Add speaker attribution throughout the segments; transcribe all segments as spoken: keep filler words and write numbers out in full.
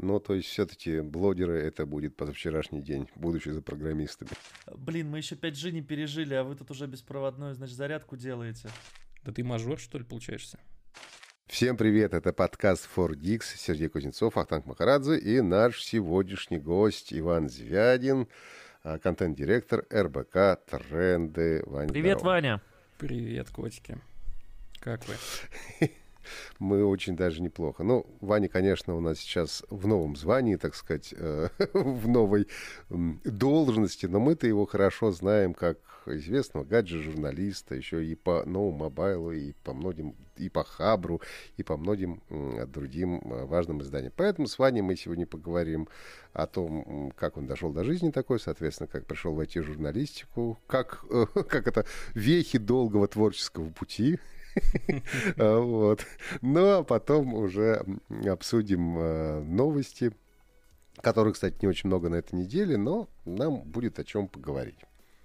Speaker 1: Ну, то есть все-таки блогеры — это будет позавчерашний день, будучи за программистами.
Speaker 2: Блин, мы еще пять джи не пережили, а вы тут уже беспроводную, значит, зарядку делаете.
Speaker 3: Да ты мажор, что ли, получаешься?
Speaker 1: Всем привет, это подкаст фор ди икс, Сергей Кузнецов, Ахтанг Махарадзе и наш сегодняшний гость Иван Звядин, контент-директор эр бэ ка Тренды. Ваня,
Speaker 2: привет,
Speaker 1: здорово.
Speaker 2: Ваня.
Speaker 3: Привет, котики. Как вы?
Speaker 1: Мы очень даже неплохо. Ну, Ваня, конечно, у нас сейчас в новом звании, так сказать, в новой должности, но мы-то его хорошо знаем как известного гаджет-журналиста, еще и по No Mobile, и по многим, и по Хабру, и по многим другим важным изданиям. Поэтому с Ваней мы сегодня поговорим о том, как он дошел до жизни такой, соответственно, как пришел в ай ти-журналистику, как, как это вехи долгого творческого пути. Вот. Ну, а потом уже обсудим новости, которых, кстати, не очень много на этой неделе, но нам будет о чем поговорить.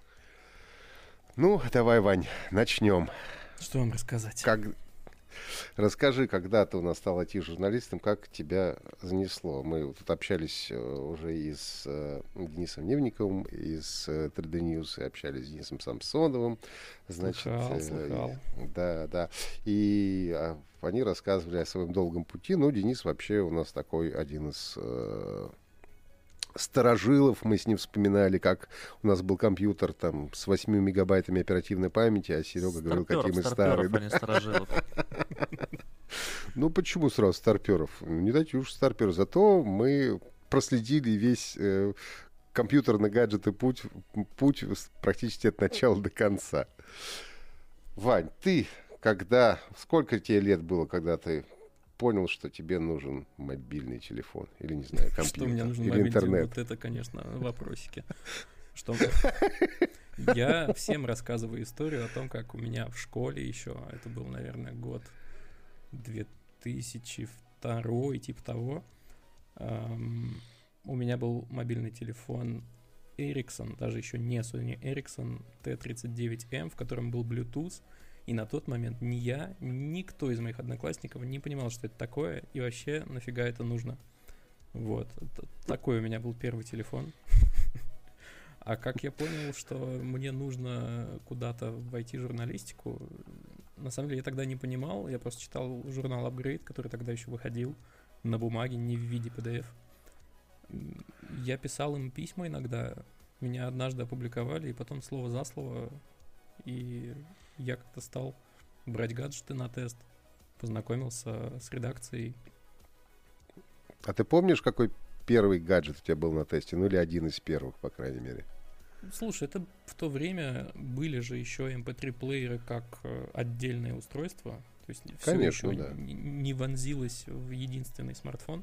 Speaker 1: Ну, давай, Вань, начнем.
Speaker 3: Что вам рассказать?
Speaker 1: Как... Расскажи, когда ты у нас стал ай ти-журналистом, как тебя занесло? Мы тут общались уже и с э, Денисом Невниковым, и с э, три дэ News, и общались с Денисом Самсоновым. Значит,
Speaker 3: слыхал,
Speaker 1: э,
Speaker 3: слыхал.
Speaker 1: Да, да. И а, они рассказывали о своем долгом пути. Ну, Денис вообще у нас такой один из... Э, старожилов, мы с ним вспоминали, как у нас был компьютер там с восьмью мегабайтами оперативной памяти, а Серега говорил, какие мы старые.
Speaker 2: А не старожилов.
Speaker 1: Ну, почему сразу старперов? Не дайте уж старперов. Зато мы проследили весь э, компьютерный гаджет и путь, путь практически от начала до конца. Вань, ты когда... Сколько тебе лет было, когда ты понял, что тебе нужен мобильный телефон? Или, не знаю, компьютер,
Speaker 3: что мне нужен
Speaker 1: или
Speaker 3: мобильный
Speaker 1: интернет?
Speaker 3: телефон? Вот это, конечно, вопросики. Что я всем рассказываю историю о том, как у меня в школе еще, это был, наверное, год две тысячи второй, типа того, эм, у меня был мобильный телефон Ericsson, даже еще не Sony Ericsson ти тридцать девять эм, в котором был Bluetooth. И на тот момент ни я, никто из моих одноклассников не понимал, что это такое, и вообще нафига это нужно. Вот. Такой у меня был первый телефон. А как я понял, что мне нужно куда-то в ай ти-журналистику, на самом деле я тогда не понимал, я просто читал журнал Upgrade, который тогда еще выходил на бумаге, не в виде пи ди эф. Я писал им письма иногда, меня однажды опубликовали, и потом слово за слово, и я как-то стал брать гаджеты на тест, познакомился с редакцией.
Speaker 1: А ты помнишь, какой первый гаджет у тебя был на тесте? Ну, или один из первых, по крайней мере.
Speaker 3: Слушай, это в то время были же еще эм пэ три-плееры как отдельное устройство. То есть
Speaker 1: Конечно,
Speaker 3: все еще
Speaker 1: да.
Speaker 3: не вонзилось в единственный смартфон.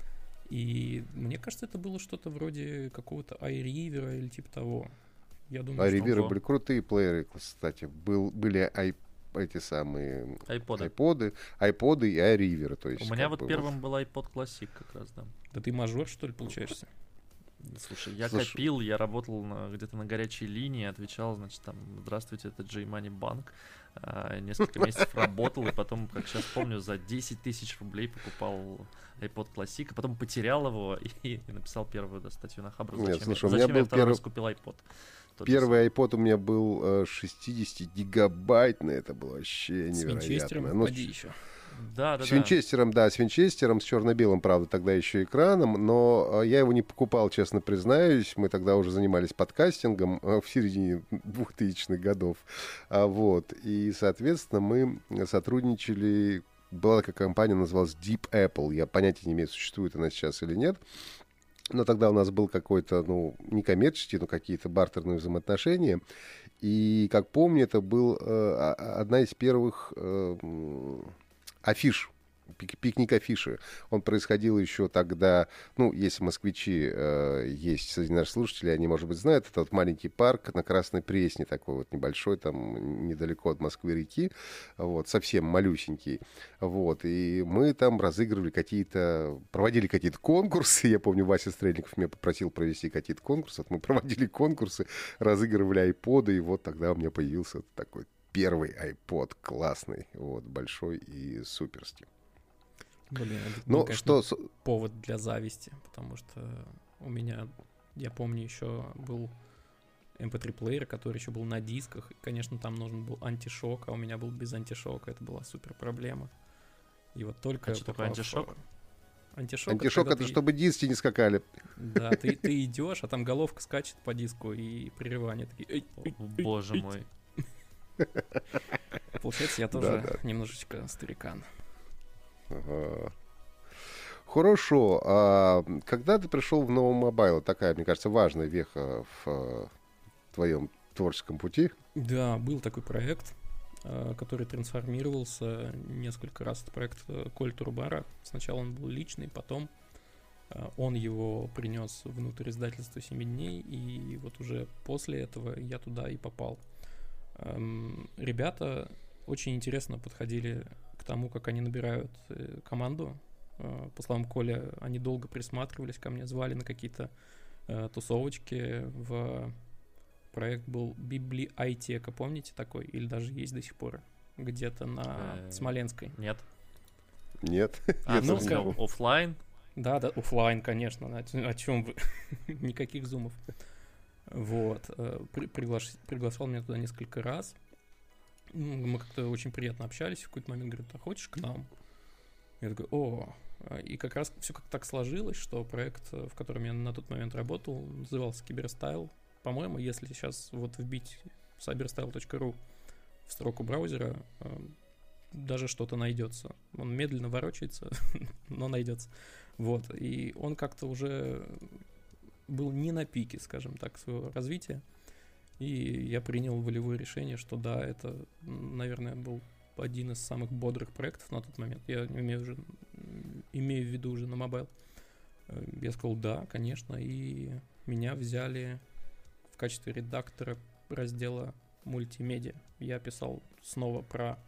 Speaker 3: И мне кажется, это было что-то вроде какого-то iRiver или типа того. Я думаю,
Speaker 1: iRiver
Speaker 3: что...
Speaker 1: были крутые плееры, кстати. Был, были ай, эти самые
Speaker 2: айподы.
Speaker 1: айподы, айподы и iRiver. То есть,
Speaker 2: у меня вот
Speaker 1: бы,
Speaker 2: первым был iPod Classic как раз, да.
Speaker 3: Да ты мажор, что ли, получаешься?
Speaker 2: Слушай, я
Speaker 1: Слушай,
Speaker 2: копил, я работал на, где-то на горячей линии, отвечал, значит, там, здравствуйте, это J-Money Bank. А, несколько месяцев работал, и потом, как сейчас помню, за десять тысяч рублей покупал iPod Classic, а потом потерял его и, и написал первую да, статью на Хабру. Зачем,
Speaker 1: Нет, слушай,
Speaker 2: я,
Speaker 1: у меня
Speaker 2: зачем
Speaker 1: был
Speaker 2: я второй
Speaker 1: перв...
Speaker 2: раз купил iPod?
Speaker 1: Первый iPod у меня был шестидесятигигабайтный, это было вообще
Speaker 3: с
Speaker 1: невероятно.
Speaker 3: Винчестером,
Speaker 1: Ну,
Speaker 3: поди еще.
Speaker 2: Да, да,
Speaker 1: с
Speaker 2: да.
Speaker 1: Винчестером, да, с Винчестером, с черно-белым, правда, тогда еще экраном, но я его не покупал, честно признаюсь. Мы тогда уже занимались подкастингом в середине двухтысячных годов. Вот. И, соответственно, мы сотрудничали. Была такая компания, называлась Deep Apple. Я понятия не имею, существует она сейчас или нет. Но тогда у нас был какой-то, ну, не коммерческий, но какие-то бартерные взаимоотношения. И, как помню, это был э, одна из первых э, афиш, пик, пикник афиши. Он происходил еще тогда, ну, если москвичи э, есть среди наших слушателей, они, может быть, знают, это вот маленький парк на Красной Пресне, такой вот небольшой, там, недалеко от Москвы-реки, вот, совсем малюсенький. Вот, и мы там разыгрывали какие-то, проводили какие-то конкурсы. Я помню, Вася Стрельников меня попросил провести какие-то конкурсы. Вот мы проводили конкурсы, разыгрывали айподы, и вот тогда у меня появился такой первый iPod классный, вот, большой и суперский.
Speaker 3: Блин, это,
Speaker 1: Ну,
Speaker 3: конечно,
Speaker 1: что...
Speaker 3: повод для зависти, потому что у меня, я помню, еще был эм пи три плеер, который еще был на дисках. И, конечно, там нужен был антишок, а у меня был без антишока. Это была супер проблема. И вот только...
Speaker 2: А что такое антишок?
Speaker 3: Антишок,
Speaker 1: Антишок — это,
Speaker 3: ты...
Speaker 1: чтобы диски не скакали.
Speaker 3: Да, ты, ты идешь, а там головка скачет по диску, и прерывания такие... Эй, эй, эй,
Speaker 2: Боже
Speaker 3: эй.
Speaker 2: мой.
Speaker 3: Получается, я тоже
Speaker 1: Да, да.
Speaker 3: немножечко старикан.
Speaker 1: Ага. Хорошо. А когда ты пришел в Nova Mobile, такая, мне кажется, важная веха в э, твоем творческом пути?
Speaker 3: Да, был такой проект, э, который трансформировался несколько раз. Это проект э, Коль Турбара. Сначала он был личный, потом э, он его принес внутрь издательства «Семи дней», и вот уже после этого я туда и попал. Эм, ребята очень интересно подходили к тому, как они набирают э, команду. Э, по словам Коля, они долго присматривались ко мне, звали на какие-то э, тусовочки. В проект был Библиотека, помните такой? Или даже есть до сих пор где-то на
Speaker 2: Э,
Speaker 3: Смоленской.
Speaker 2: Нет.
Speaker 1: Нет.
Speaker 2: А,
Speaker 1: Я
Speaker 2: в
Speaker 3: ну,
Speaker 1: тоже не
Speaker 2: смысле,
Speaker 1: помню.
Speaker 2: оффлайн?
Speaker 3: Да, да, оффлайн, конечно. О, о чем вы? Никаких зумов. Вот. э, при- приглаш- Приглашал меня туда несколько раз. М, Мы как-то очень приятно общались. В какой-то момент говорит, а хочешь к нам? Я такой, о. А, И как раз все как так сложилось, что проект, э, в котором я на тот момент работал, назывался Киберстайл. По-моему, если сейчас вот вбить cyberstyle точка ру в строку браузера, э, даже что-то найдется. Он медленно ворочается, но найдется. Вот. И он как-то уже был не на пике, скажем так, своего развития. И я принял волевое решение, что да, это, наверное, был один из самых бодрых проектов на тот момент. Я имею, уже, имею в виду уже на мобайл. Э, Я сказал, да, конечно, и меня взяли в качестве редактора раздела мультимедиа. Я писал снова про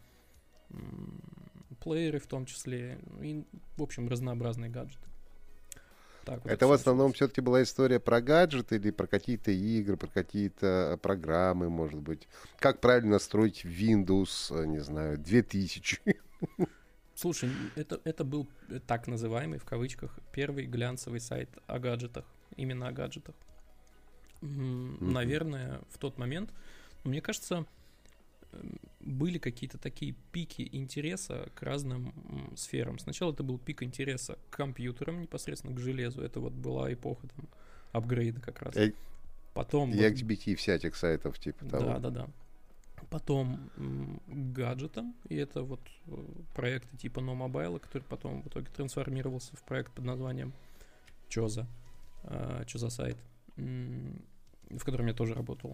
Speaker 3: м, плееры в том числе, и, в общем, разнообразные гаджеты. Так вот
Speaker 1: Это в
Speaker 3: всё
Speaker 1: основном
Speaker 3: началось.
Speaker 1: все-таки была история про гаджеты или про какие-то игры, про какие-то программы, может быть? Как правильно настроить Windows, э, не знаю, две тысячи?
Speaker 3: Слушай, н- это, это был э, так называемый, в кавычках, первый глянцевый сайт о гаджетах. Именно о гаджетах. М,
Speaker 1: Мгм.
Speaker 3: Наверное, в тот момент, ну, мне кажется, эм, были какие-то такие пики интереса к разным м, сферам. Сначала это был пик интереса к компьютерам, непосредственно к железу. Это вот была эпоха там апгрейда как раз.
Speaker 1: Э,
Speaker 3: Потом
Speaker 1: И
Speaker 3: вот
Speaker 1: X B T всяких сайтов типа того.
Speaker 3: да, да, да. Потом м, к гаджетам, и это вот э, проекты типа No Mobile, который потом в итоге трансформировался в проект под названием Чоза, э, Чоза сайт, м, в котором я тоже работал.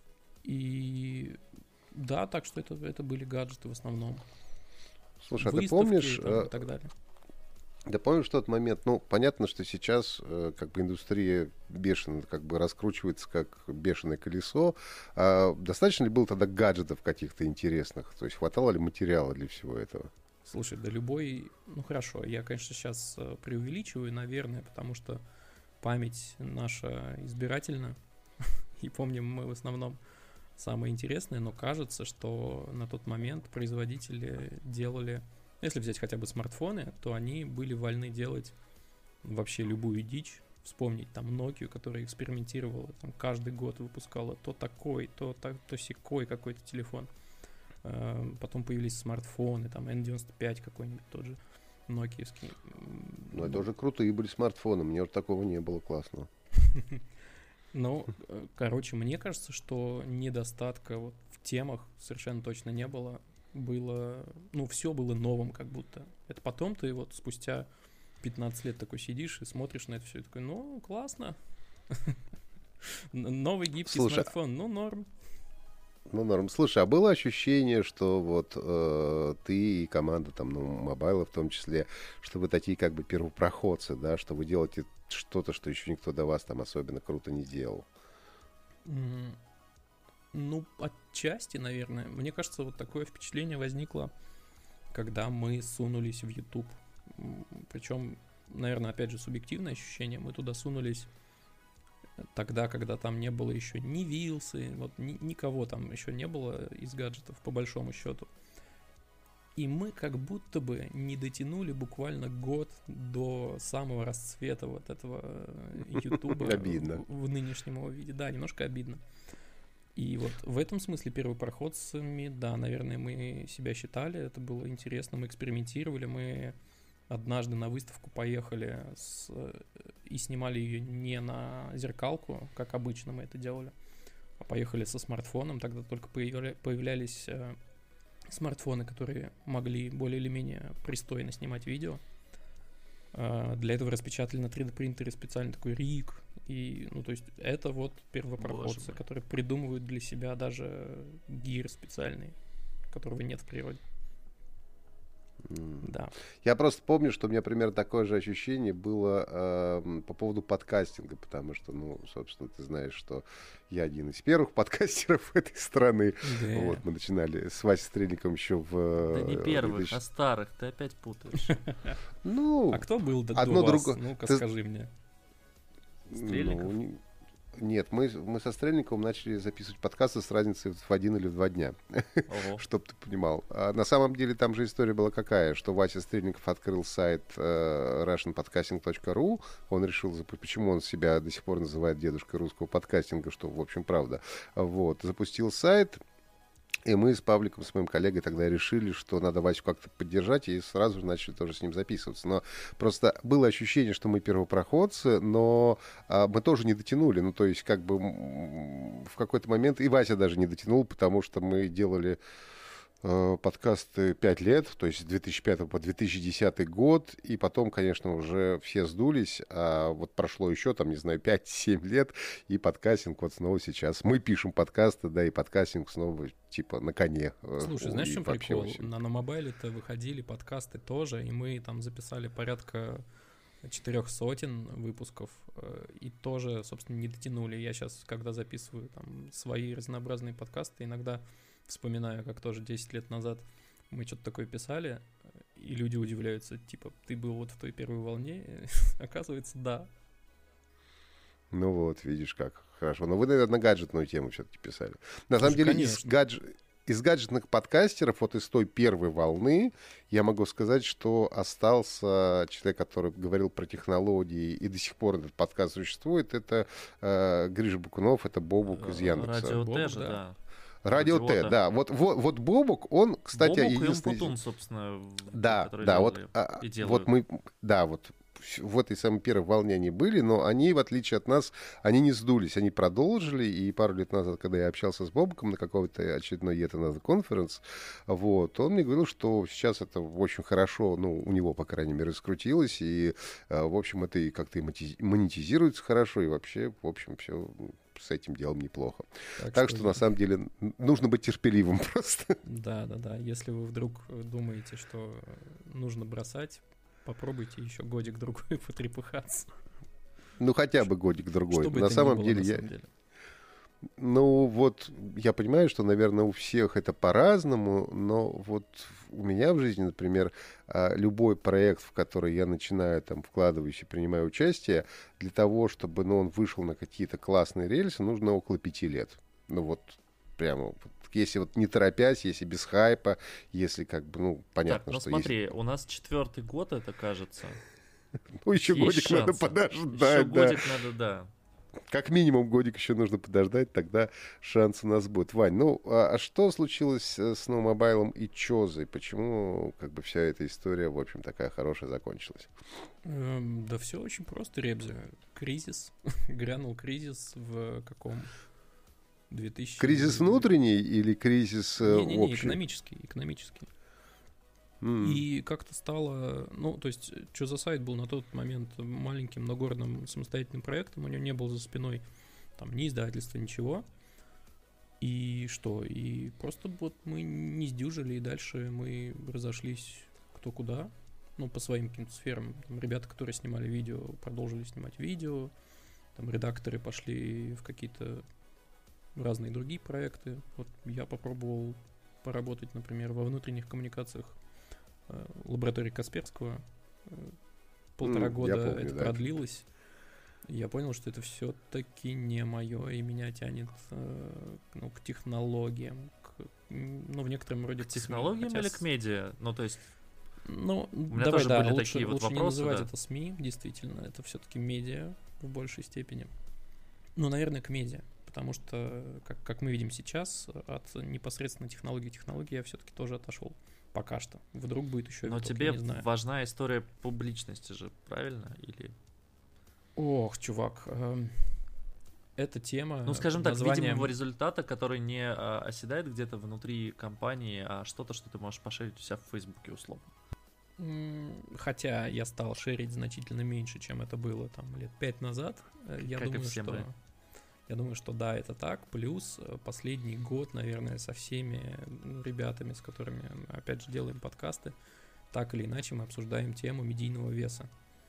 Speaker 3: И да, так что это, это были гаджеты в основном.
Speaker 1: Слушай, а ты
Speaker 3: Выставки
Speaker 1: помнишь,
Speaker 3: там
Speaker 1: э,
Speaker 3: и так далее.
Speaker 1: да помнишь тот момент, ну, понятно, что сейчас э, как бы индустрия бешено как бы раскручивается как бешеное колесо. А достаточно ли было тогда гаджетов каких-то интересных? То есть хватало ли материала для всего этого?
Speaker 3: Слушай, да любой... Ну хорошо, я, конечно, сейчас э, преувеличиваю, наверное, потому что память наша избирательна, и помним мы в основном самое интересное, но кажется, что на тот момент производители делали... Если взять хотя бы смартфоны, то они были вольны делать вообще любую дичь. Вспомнить там Nokia, которая экспериментировала, там каждый год выпускала то такой, то, так, то сякой какой-то телефон. Э, Потом появились смартфоны, там эн девяносто пять какой-нибудь тот же, нокиевский.
Speaker 1: Ну, это уже крутые были смартфоны. Мне вот такого не было классного.
Speaker 3: Ну, э, короче, мне кажется, что недостатка вот в темах совершенно точно не было. Было, ну, все было новым как будто. Это потом ты вот спустя пятнадцать лет такой сидишь и смотришь на это все и такой, ну, классно. Н- Новый гибкий
Speaker 1: Слушай,
Speaker 3: смартфон, ну, норм.
Speaker 1: Ну, норм. Слушай, а было ощущение, что вот э, ты и команда там, ну, мобайла в том числе, что вы такие как бы первопроходцы, да, что вы делаете что-то, что еще никто до вас там особенно круто не делал?
Speaker 3: М, Ну, отчасти, наверное. Мне кажется, вот такое впечатление возникло, когда мы сунулись в YouTube. Причем, наверное, опять же, субъективное ощущение. Мы туда сунулись тогда, когда там не было еще ни вилсы, вот ни- никого там еще не было из гаджетов, по большому счету. И мы как будто бы не дотянули буквально год до самого расцвета вот этого Ютуба
Speaker 1: Обидно.
Speaker 3: в, в нынешнем его виде. Да, немножко обидно. И вот в этом смысле первопроходцами, да, наверное, мы себя считали, это было интересно, мы экспериментировали, мы однажды на выставку поехали с, и снимали ее не на зеркалку, как обычно мы это делали, а поехали со смартфоном, тогда только появля, появлялись э, смартфоны, которые могли более или менее пристойно снимать видео. Э, для этого распечатали на три дэ принтере специальный такой риг. И, ну, то есть это вот первопроходцы, которые придумывают для себя даже гир специальный, которого нет в природе.
Speaker 1: Mm.
Speaker 3: Да.
Speaker 1: Я просто помню, что у меня примерно такое же ощущение было э, по поводу подкастинга, потому что, ну, собственно, ты знаешь, что я один из первых подкастеров этой страны.
Speaker 3: Да.
Speaker 1: Вот, мы начинали с Васей Стрельником еще в...
Speaker 2: Да не первых,
Speaker 1: две тысячи...
Speaker 2: а старых, ты опять путаешь.
Speaker 1: Ну,
Speaker 3: а кто был до,
Speaker 1: одно
Speaker 3: до вас?
Speaker 1: другое.
Speaker 3: Ну-ка,
Speaker 1: Ты...
Speaker 3: скажи мне.
Speaker 2: Стрельников?
Speaker 1: Ну, нет, мы, мы со Стрельниковым начали записывать подкасты с разницей в один или в два дня, чтоб ты понимал. А на самом деле там же история была какая, что Вася Стрельников открыл сайт э, russian podcasting точка ru, он решил, почему он себя до сих пор называет дедушкой русского подкастинга, что, в общем, правда. Вот, запустил сайт, и мы с Павликом, с моим коллегой, тогда решили, что надо Васю как-то поддержать, и сразу же начали тоже с ним записываться. Но просто было ощущение, что мы первопроходцы, но а, мы тоже не дотянули. Ну, то есть, как бы в какой-то момент и Вася даже не дотянул, потому что мы делали э, подкасты пять лет, то есть с две тысячи пятого по две тысячи десятый год, и потом, конечно, уже все сдулись, а вот прошло еще, там, не знаю, пять-семь лет, и подкастинг вот снова сейчас. Мы пишем подкасты, да, и подкастинг снова типа на коне.
Speaker 3: Слушай, знаешь, в чем прикол? На, на мобайле-то выходили подкасты тоже, и мы там записали порядка четырех сотен выпусков, и тоже, собственно, не дотянули. Я сейчас, когда записываю там свои разнообразные подкасты, иногда вспоминаю, как тоже десять лет назад мы что-то такое писали, и люди удивляются, типа, ты был вот в той первой волне? Оказывается, да.
Speaker 1: Ну вот, видишь как. Хорошо. Но вы, наверное, гаджетную тему все-таки писали. На самом деле, из, гадж... из гаджетных подкастеров, вот из той первой волны, я могу сказать, что остался человек, который говорил про технологии, и до сих пор этот подкаст существует. Это э, Гриша Бакунов, это Бобук из Яндекса.
Speaker 2: Радио
Speaker 3: Бобук,
Speaker 2: Т же,
Speaker 3: да.
Speaker 2: да.
Speaker 1: Радио Т, да. Вот, вот, вот Бобук, он, кстати,
Speaker 2: Бобук
Speaker 1: единственный...
Speaker 2: и Умпутун, собственно,
Speaker 1: да,
Speaker 2: которые
Speaker 1: да,
Speaker 2: делали
Speaker 1: вот, а,
Speaker 2: и делают.
Speaker 1: вот мы, да, вот в этой самой первой волне они были, но они, в отличие от нас, они не сдулись, они продолжили, и пару лет назад, когда я общался с Бобуком на какой-то очередной Yet Another Conference, вот, он мне говорил, что сейчас это очень хорошо, ну, у него, по крайней мере, раскрутилось, и, в общем, это и как-то и монетизируется хорошо, и вообще, в общем, все с этим делом неплохо. Так, так что, что, на самом деле, нужно быть терпеливым просто.
Speaker 3: Да, да, да. Если вы вдруг думаете, что нужно бросать, попробуйте еще годик-другой потрепыхаться.
Speaker 1: Ну, хотя бы годик-другой.
Speaker 3: Чтобы
Speaker 1: на
Speaker 3: это
Speaker 1: самом
Speaker 3: не было,
Speaker 1: деле,
Speaker 3: на
Speaker 1: я...
Speaker 3: самом деле.
Speaker 1: Ну, вот, я понимаю, что, наверное, у всех это по-разному, но вот у меня в жизни, например, любой проект, в который я начинаю, там, вкладываюсь и принимаю участие, для того, чтобы, ну, он вышел на какие-то классные рельсы, нужно около пяти лет. Ну, вот, прямо, если вот не торопясь, если без хайпа, если как бы, ну, понятно,
Speaker 2: так, ну,
Speaker 1: что
Speaker 2: смотри,
Speaker 1: есть...
Speaker 2: у нас четвертый год, это кажется.
Speaker 1: Ну, еще
Speaker 2: Есть
Speaker 1: годик
Speaker 2: шансы.
Speaker 1: надо подождать,
Speaker 2: Еще
Speaker 1: да.
Speaker 2: годик надо, да.
Speaker 1: Как минимум годик еще нужно подождать, тогда шанс у нас будет. Вань, ну, а, а что случилось с Snowmobile и Чозой? Почему как бы вся эта история, в общем, такая хорошая закончилась?
Speaker 3: Эм, да все очень просто, Ребзя. Кризис. Грянул кризис в каком? две тысячи...
Speaker 1: Кризис внутренний или кризис э,
Speaker 3: не, не, не,
Speaker 1: общий?
Speaker 3: экономический, экономический.
Speaker 1: Mm.
Speaker 3: И как-то стало... Ну, то есть, что за сайт был на тот момент маленьким, но гордым самостоятельным проектом, у него не было за спиной там ни издательства, ничего. И что? И просто вот мы не сдюжили, и дальше мы разошлись кто куда. Ну, по своим каким-то сферам. Там ребята, которые снимали видео, продолжили снимать видео. Там редакторы пошли в какие-то разные другие проекты. Вот я попробовал поработать, например, во внутренних коммуникациях лаборатории Касперского. Полтора mm, года помню, это да. продлилось. Я понял, что это все-таки не мое, и меня тянет ну, к технологиям, к ну, в некотором роде...
Speaker 2: К технологиям или к медиа? Ну, то есть...
Speaker 3: Ну,
Speaker 2: меня
Speaker 3: давай,
Speaker 2: тоже
Speaker 3: да,
Speaker 2: были
Speaker 3: лучше,
Speaker 2: такие вот
Speaker 3: лучше не
Speaker 2: вопросы,
Speaker 3: называть
Speaker 2: да.
Speaker 3: это СМИ, действительно, это все-таки медиа в большей степени. Ну, наверное, к медиа, потому что, как, как мы видим сейчас, от непосредственно технологии технологии я все-таки тоже отошел. Пока что. Вдруг будет еще
Speaker 2: Но
Speaker 3: виток,
Speaker 2: тебе
Speaker 3: я не знаю.
Speaker 2: важна история публичности же, правильно? Или...
Speaker 3: Ох, чувак, эм, эта тема
Speaker 2: Ну, скажем
Speaker 3: под
Speaker 2: так,
Speaker 3: названием...
Speaker 2: видимого результата, который не а, оседает где-то внутри компании, а что-то, что ты можешь пошерить у себя в Фейсбуке условно.
Speaker 3: М, Хотя я стал шерить значительно меньше, чем это было там лет пять назад. э, Я
Speaker 2: Как и
Speaker 3: думаю,
Speaker 2: все
Speaker 3: что...
Speaker 2: мы.
Speaker 3: Я думаю, что да, это так. Плюс э, последний год, наверное, со всеми м, ребятами, с которыми мы, опять же, делаем подкасты, так или иначе мы обсуждаем тему медийного веса.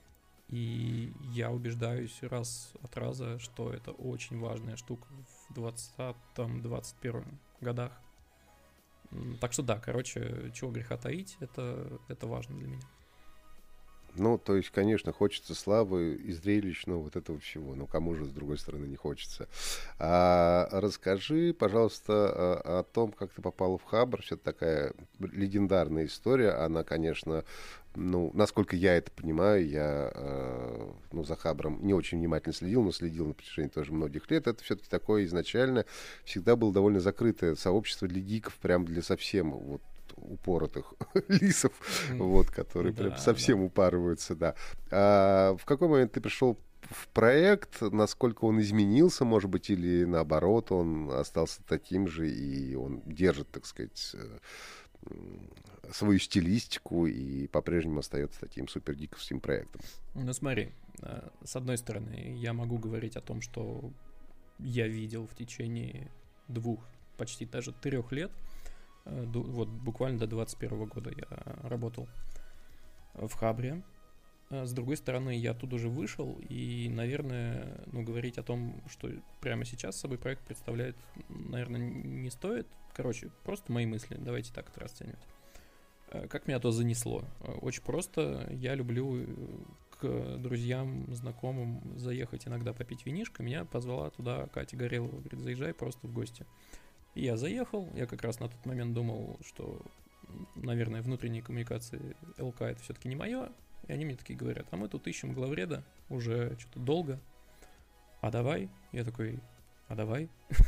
Speaker 3: И я убеждаюсь раз от раза, что это очень важная штука в двадцатом двадцать первом годах. М, Так что да, короче, чего греха таить, это, это важно для меня.
Speaker 1: Ну, то есть, конечно, хочется славы и зрелищ, ну, вот этого всего. Но кому же, с другой стороны, не хочется. А расскажи, пожалуйста, о, о том, как ты попала в Хабр. Все такая легендарная история. Она, конечно, ну, насколько я это понимаю, я э, ну, за Хабром не очень внимательно следил, но следил на протяжении тоже многих лет. Это все-таки такое изначально всегда было довольно закрытое сообщество для гиков, прям для совсем вот упоротых лисов, вот, которые
Speaker 3: Да,
Speaker 1: прям совсем
Speaker 3: да.
Speaker 1: упарываются, да. А в какой момент ты пришел в проект, насколько он изменился, может быть, или наоборот, он остался таким же, и он держит, так сказать, свою стилистику и по-прежнему остается таким супер гиковским проектом?
Speaker 3: Ну смотри, э, с одной стороны, я могу говорить о том, что я видел в течение двух, почти даже трех лет, э, ду- вот буквально до двадцать первого года я работал в Хабре. Э, С другой стороны, я оттуда уже вышел, и, наверное, ну, говорить о том, что прямо сейчас собой проект представляет, наверное, не стоит. Короче, просто мои мысли, давайте так это расценивать. Э, Как меня то занесло? Э, Очень просто. Я люблю э, к друзьям, знакомым заехать иногда попить винишко. Меня позвала туда Катя Горелова. Говорит, заезжай просто в гости. И я заехал. Я как раз на тот момент думал, что, м, наверное, внутренние коммуникации ЛК это все-таки не мое. И они мне такие говорят, а мы тут ищем главреда уже что-то долго. А давай? Я такой, а давай?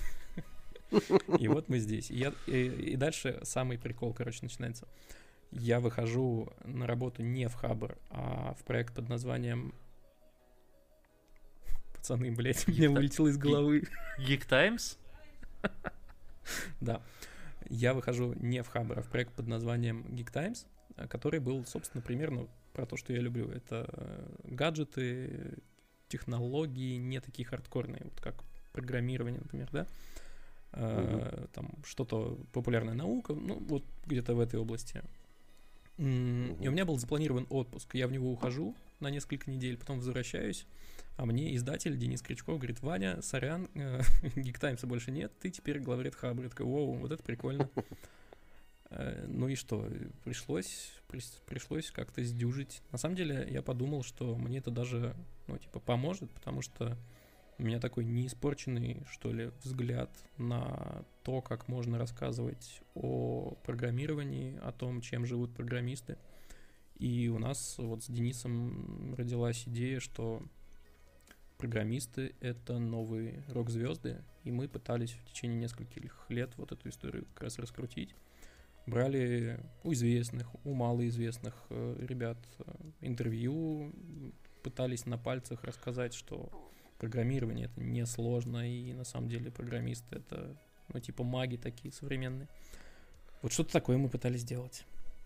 Speaker 3: И вот мы здесь. И, я, и, и дальше самый прикол, короче, начинается. Я выхожу на работу не в Хабр, а в проект под названием... Пацаны, блядь, мне
Speaker 2: Geek Ti-
Speaker 3: вылетело из головы.
Speaker 2: Geek Times?
Speaker 3: Да. Я выхожу не в Хабр, а в проект под названием Geek Times, э, который был, собственно, примерно про то, что я люблю. Это э, гаджеты, технологии, не такие хардкорные, вот как программирование, например, да? Э, Там что-то популярная наука, ну, вот где-то в этой области. М, И у меня был запланирован отпуск. Я в него ухожу на несколько недель, потом возвращаюсь, а мне издатель Денис Крючков говорит, Ваня, сорян, Geek Times'а больше нет, ты теперь главред Хабра. Я такой, воу, вот это прикольно. Э, Ну и что, пришлось, прис- пришлось как-то сдюжить. На самом деле я подумал, что мне это даже, ну, типа, поможет, потому что у меня такой неиспорченный, что ли, взгляд на то, как можно рассказывать о программировании, о том, чем живут программисты. И у нас вот с Денисом родилась идея, что программисты — это новые рок-звезды, и мы пытались в течение нескольких лет вот эту историю как раз раскрутить. Брали у известных, у малоизвестных э, ребят э, интервью, пытались на пальцах рассказать, что программирование — это несложно, и на самом деле программисты — это, ну, типа маги такие современные. Вот что-то такое мы пытались сделать.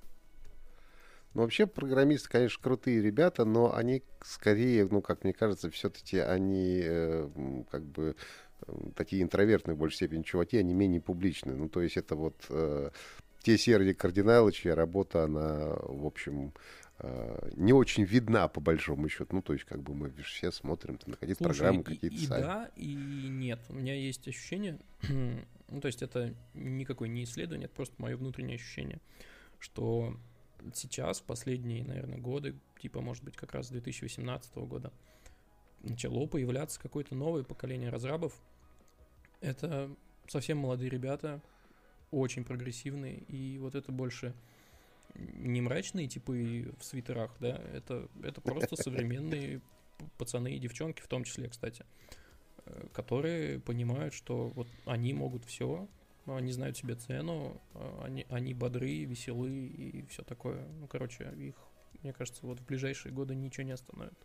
Speaker 1: Ну, вообще, программисты, конечно, крутые ребята, но они скорее, ну, как мне кажется, все-таки они э, м, как бы э, такие интровертные в большей степени чуваки, они менее публичные. Ну, то есть это вот э, те серые кардиналы, чья работа, она, в общем, э, не очень видна, по большому счету. Ну, то есть, как бы мы все смотрим на какие-то
Speaker 3: Слушай,
Speaker 1: программы,
Speaker 3: и,
Speaker 1: какие-то
Speaker 3: и
Speaker 1: сайты.
Speaker 3: да, и нет. У меня есть ощущение, ну, то есть это никакое не исследование, это просто мое внутреннее ощущение, что сейчас, в последние, наверное, годы, типа, может быть, как раз с две тысячи восемнадцатого года, начало появляться какое-то новое поколение разрабов. Это совсем молодые ребята, очень прогрессивные, и вот это больше не мрачные типы в свитерах, да, это, это просто современные пацаны и девчонки, в том числе, кстати, которые понимают, что вот они могут все, они знают себе цену, они, они бодры, веселы и все такое. Ну, короче, их, мне кажется, вот в ближайшие годы ничего не остановит.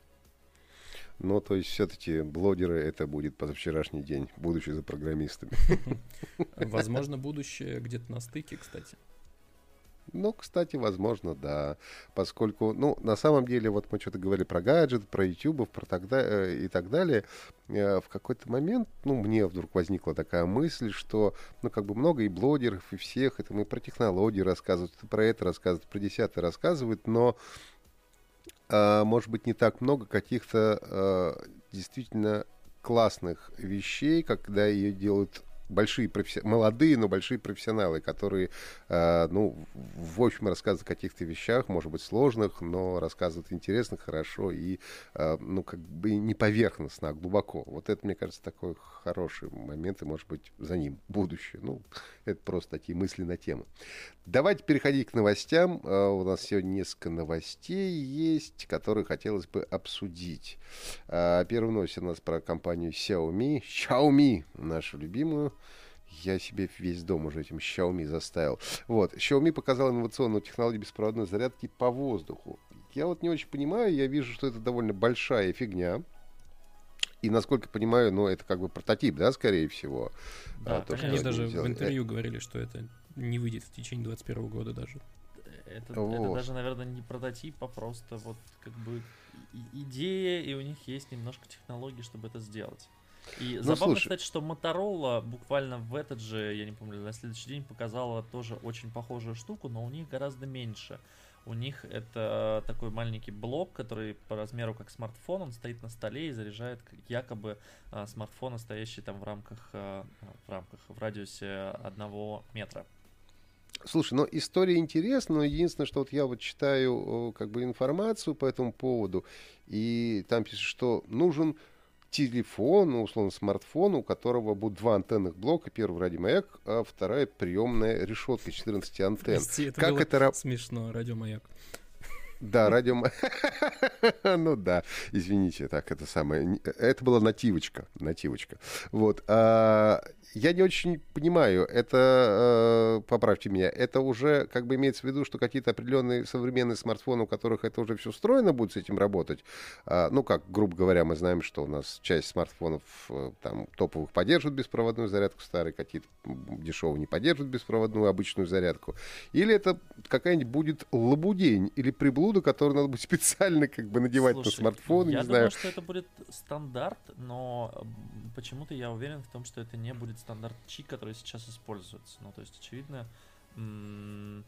Speaker 1: Ну, то есть все-таки блогеры — это будет позавчерашний день, будучи за программистами.
Speaker 3: Возможно, будущее где-то на стыке, кстати.
Speaker 1: Ну, кстати, возможно, да. Поскольку, ну, на самом деле, вот мы что-то говорили про гаджет, про YouTube, про тогда, и так далее. В какой-то момент, ну, мне вдруг возникла такая мысль, что, ну, как бы много и блогеров, и всех, это мы про технологии рассказывают, про это рассказывают, про десятое рассказывают, но, а, может быть, не так много каких-то а, действительно классных вещей, когда ее делают большие професси... молодые, но большие профессионалы, которые, э, ну, в общем, рассказывают о каких-то вещах, может быть, сложных, но рассказывают интересно, хорошо и, э, ну, как бы не поверхностно, а глубоко. Вот это, мне кажется, такой хороший момент, и, может быть, за ним будущее. Ну, это просто такие мысли на тему. Давайте переходить к новостям. Э, у нас сегодня несколько новостей есть, которые хотелось бы обсудить. Э, первая новость у нас про компанию Xiaomi. Xiaomi, нашу любимую. Я себе весь дом уже этим Xiaomi заставил. Вот. Xiaomi показал инновационную технологию беспроводной зарядки по воздуху. Я вот не очень понимаю, я вижу, что это довольно большая фигня. И, насколько понимаю, ну, это как бы прототип, да, скорее всего.
Speaker 2: Да,
Speaker 1: а, то,
Speaker 3: они
Speaker 1: что
Speaker 3: даже
Speaker 1: они
Speaker 3: в интервью говорили, что это не выйдет в течение двадцать первого года даже.
Speaker 2: Это,
Speaker 1: вот.
Speaker 2: это даже, наверное, не прототип, а просто вот как бы и- идея, и у них есть немножко технологий, чтобы это сделать. И
Speaker 1: Ну,
Speaker 2: забавно,
Speaker 1: слушай.
Speaker 2: кстати, что Motorola буквально в этот же, я не помню, на следующий день показала тоже очень похожую штуку, но у них гораздо меньше. У них это такой маленький блок, который по размеру как смартфон, он стоит на столе и заряжает как якобы а, смартфон, стоящий там в рамках, а, в рамках, в радиусе одного метра.
Speaker 1: Слушай, ну история интересна, но единственное, что вот я вот читаю как бы информацию по этому поводу, и там пишут, что нужен телефон, ну, условно, смартфон, у которого будут два антенных блока, первый радиомаяк, а вторая приемная решетка четырнадцать антенн.
Speaker 3: Прости, это
Speaker 1: Как
Speaker 3: было
Speaker 1: это ра-
Speaker 3: смешно, радиомаяк.
Speaker 1: Да, радиомаяк. Ну да, извините, так, это самое. Это была нативочка, нативочка. Вот. А, я не очень понимаю, это, э, поправьте меня, это уже как бы имеется в виду, что какие-то определенные современные смартфоны, у которых это уже все встроено, будут с этим работать. А, ну, как, грубо говоря, мы знаем, что у нас часть смартфонов э, там топовых поддерживают беспроводную зарядку, старые какие-то дешевые не поддерживают беспроводную обычную зарядку. Или это какая-нибудь будет лабудень или приблуда, который надо будет специально как бы надевать
Speaker 2: Слушай,
Speaker 1: на смартфон,
Speaker 2: я
Speaker 1: не
Speaker 2: думаю,
Speaker 1: знаю.
Speaker 2: что это будет стандарт, но м, почему-то я уверен в том, что это не будет стандарт Qi, который сейчас используется. Ну, то есть, очевидно, м,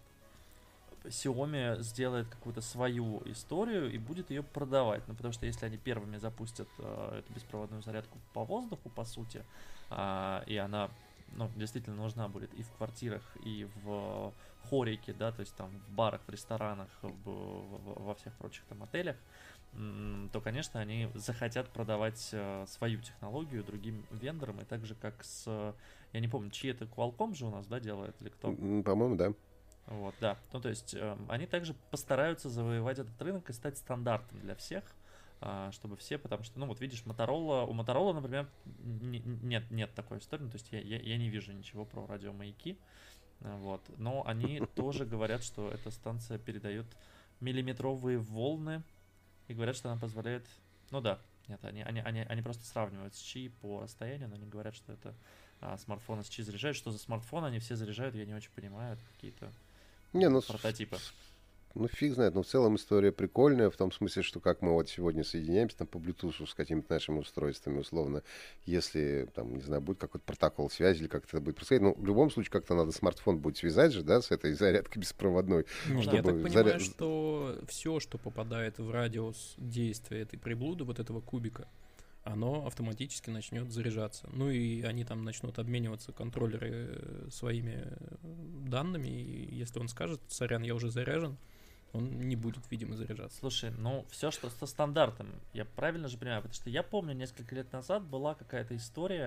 Speaker 2: Xiaomi сделает какую-то свою историю и будет ее продавать. Ну, потому что если они первыми запустят э, эту беспроводную зарядку по воздуху, по сути, а, и она, ну, действительно нужна будет и в квартирах, и в хорике, да, то есть там в барах, в ресторанах, в- в- во всех прочих там отелях, м, то, конечно, они захотят продавать э, свою технологию другим вендорам, и так же, как с, я не помню, чьи это, Qualcomm же у нас, да, делает, или кто?
Speaker 1: М, По-моему, да.
Speaker 2: Вот, да. Ну, то есть э, они также постараются завоевать этот рынок и стать стандартом для всех, а, чтобы все, потому что, ну, вот видишь, Motorola, у Motorola, например, не- нет, нет такой истории, ну, то есть я, я, я не вижу ничего про радиомаяки, а, вот, но они тоже говорят, что эта станция передает миллиметровые волны, и говорят, что она позволяет, ну да, нет, они, они, они, они просто сравнивают с Qi по расстоянию, но они говорят, что это а, смартфоны с Qi заряжают, что за смартфон они все заряжают, я не очень понимаю, это какие-то
Speaker 1: Не, ну, с-
Speaker 2: прототипы.
Speaker 1: ну, фиг знает, но в целом история прикольная, в том смысле, что как мы вот сегодня соединяемся там по Bluetooth с какими-то нашими устройствами, условно, если, там, не знаю, будет какой-то протокол связи или как-то это будет происходить, ну, в любом случае как-то надо смартфон будет связать же, да, с этой зарядкой беспроводной.
Speaker 3: Не,
Speaker 2: чтобы
Speaker 3: я так понимаю,
Speaker 1: заряд-
Speaker 3: что все, что попадает в радиус действия этой приблуды, вот этого кубика, оно автоматически начнет заряжаться. Ну и они там начнут обмениваться, контроллеры, э, своими э, данными, и если он скажет, сорян, я уже заряжен, он не будет, видимо, заряжаться.
Speaker 2: Слушай, ну все, что со стандартом, я правильно же понимаю, потому что я помню, несколько лет назад была какая-то история,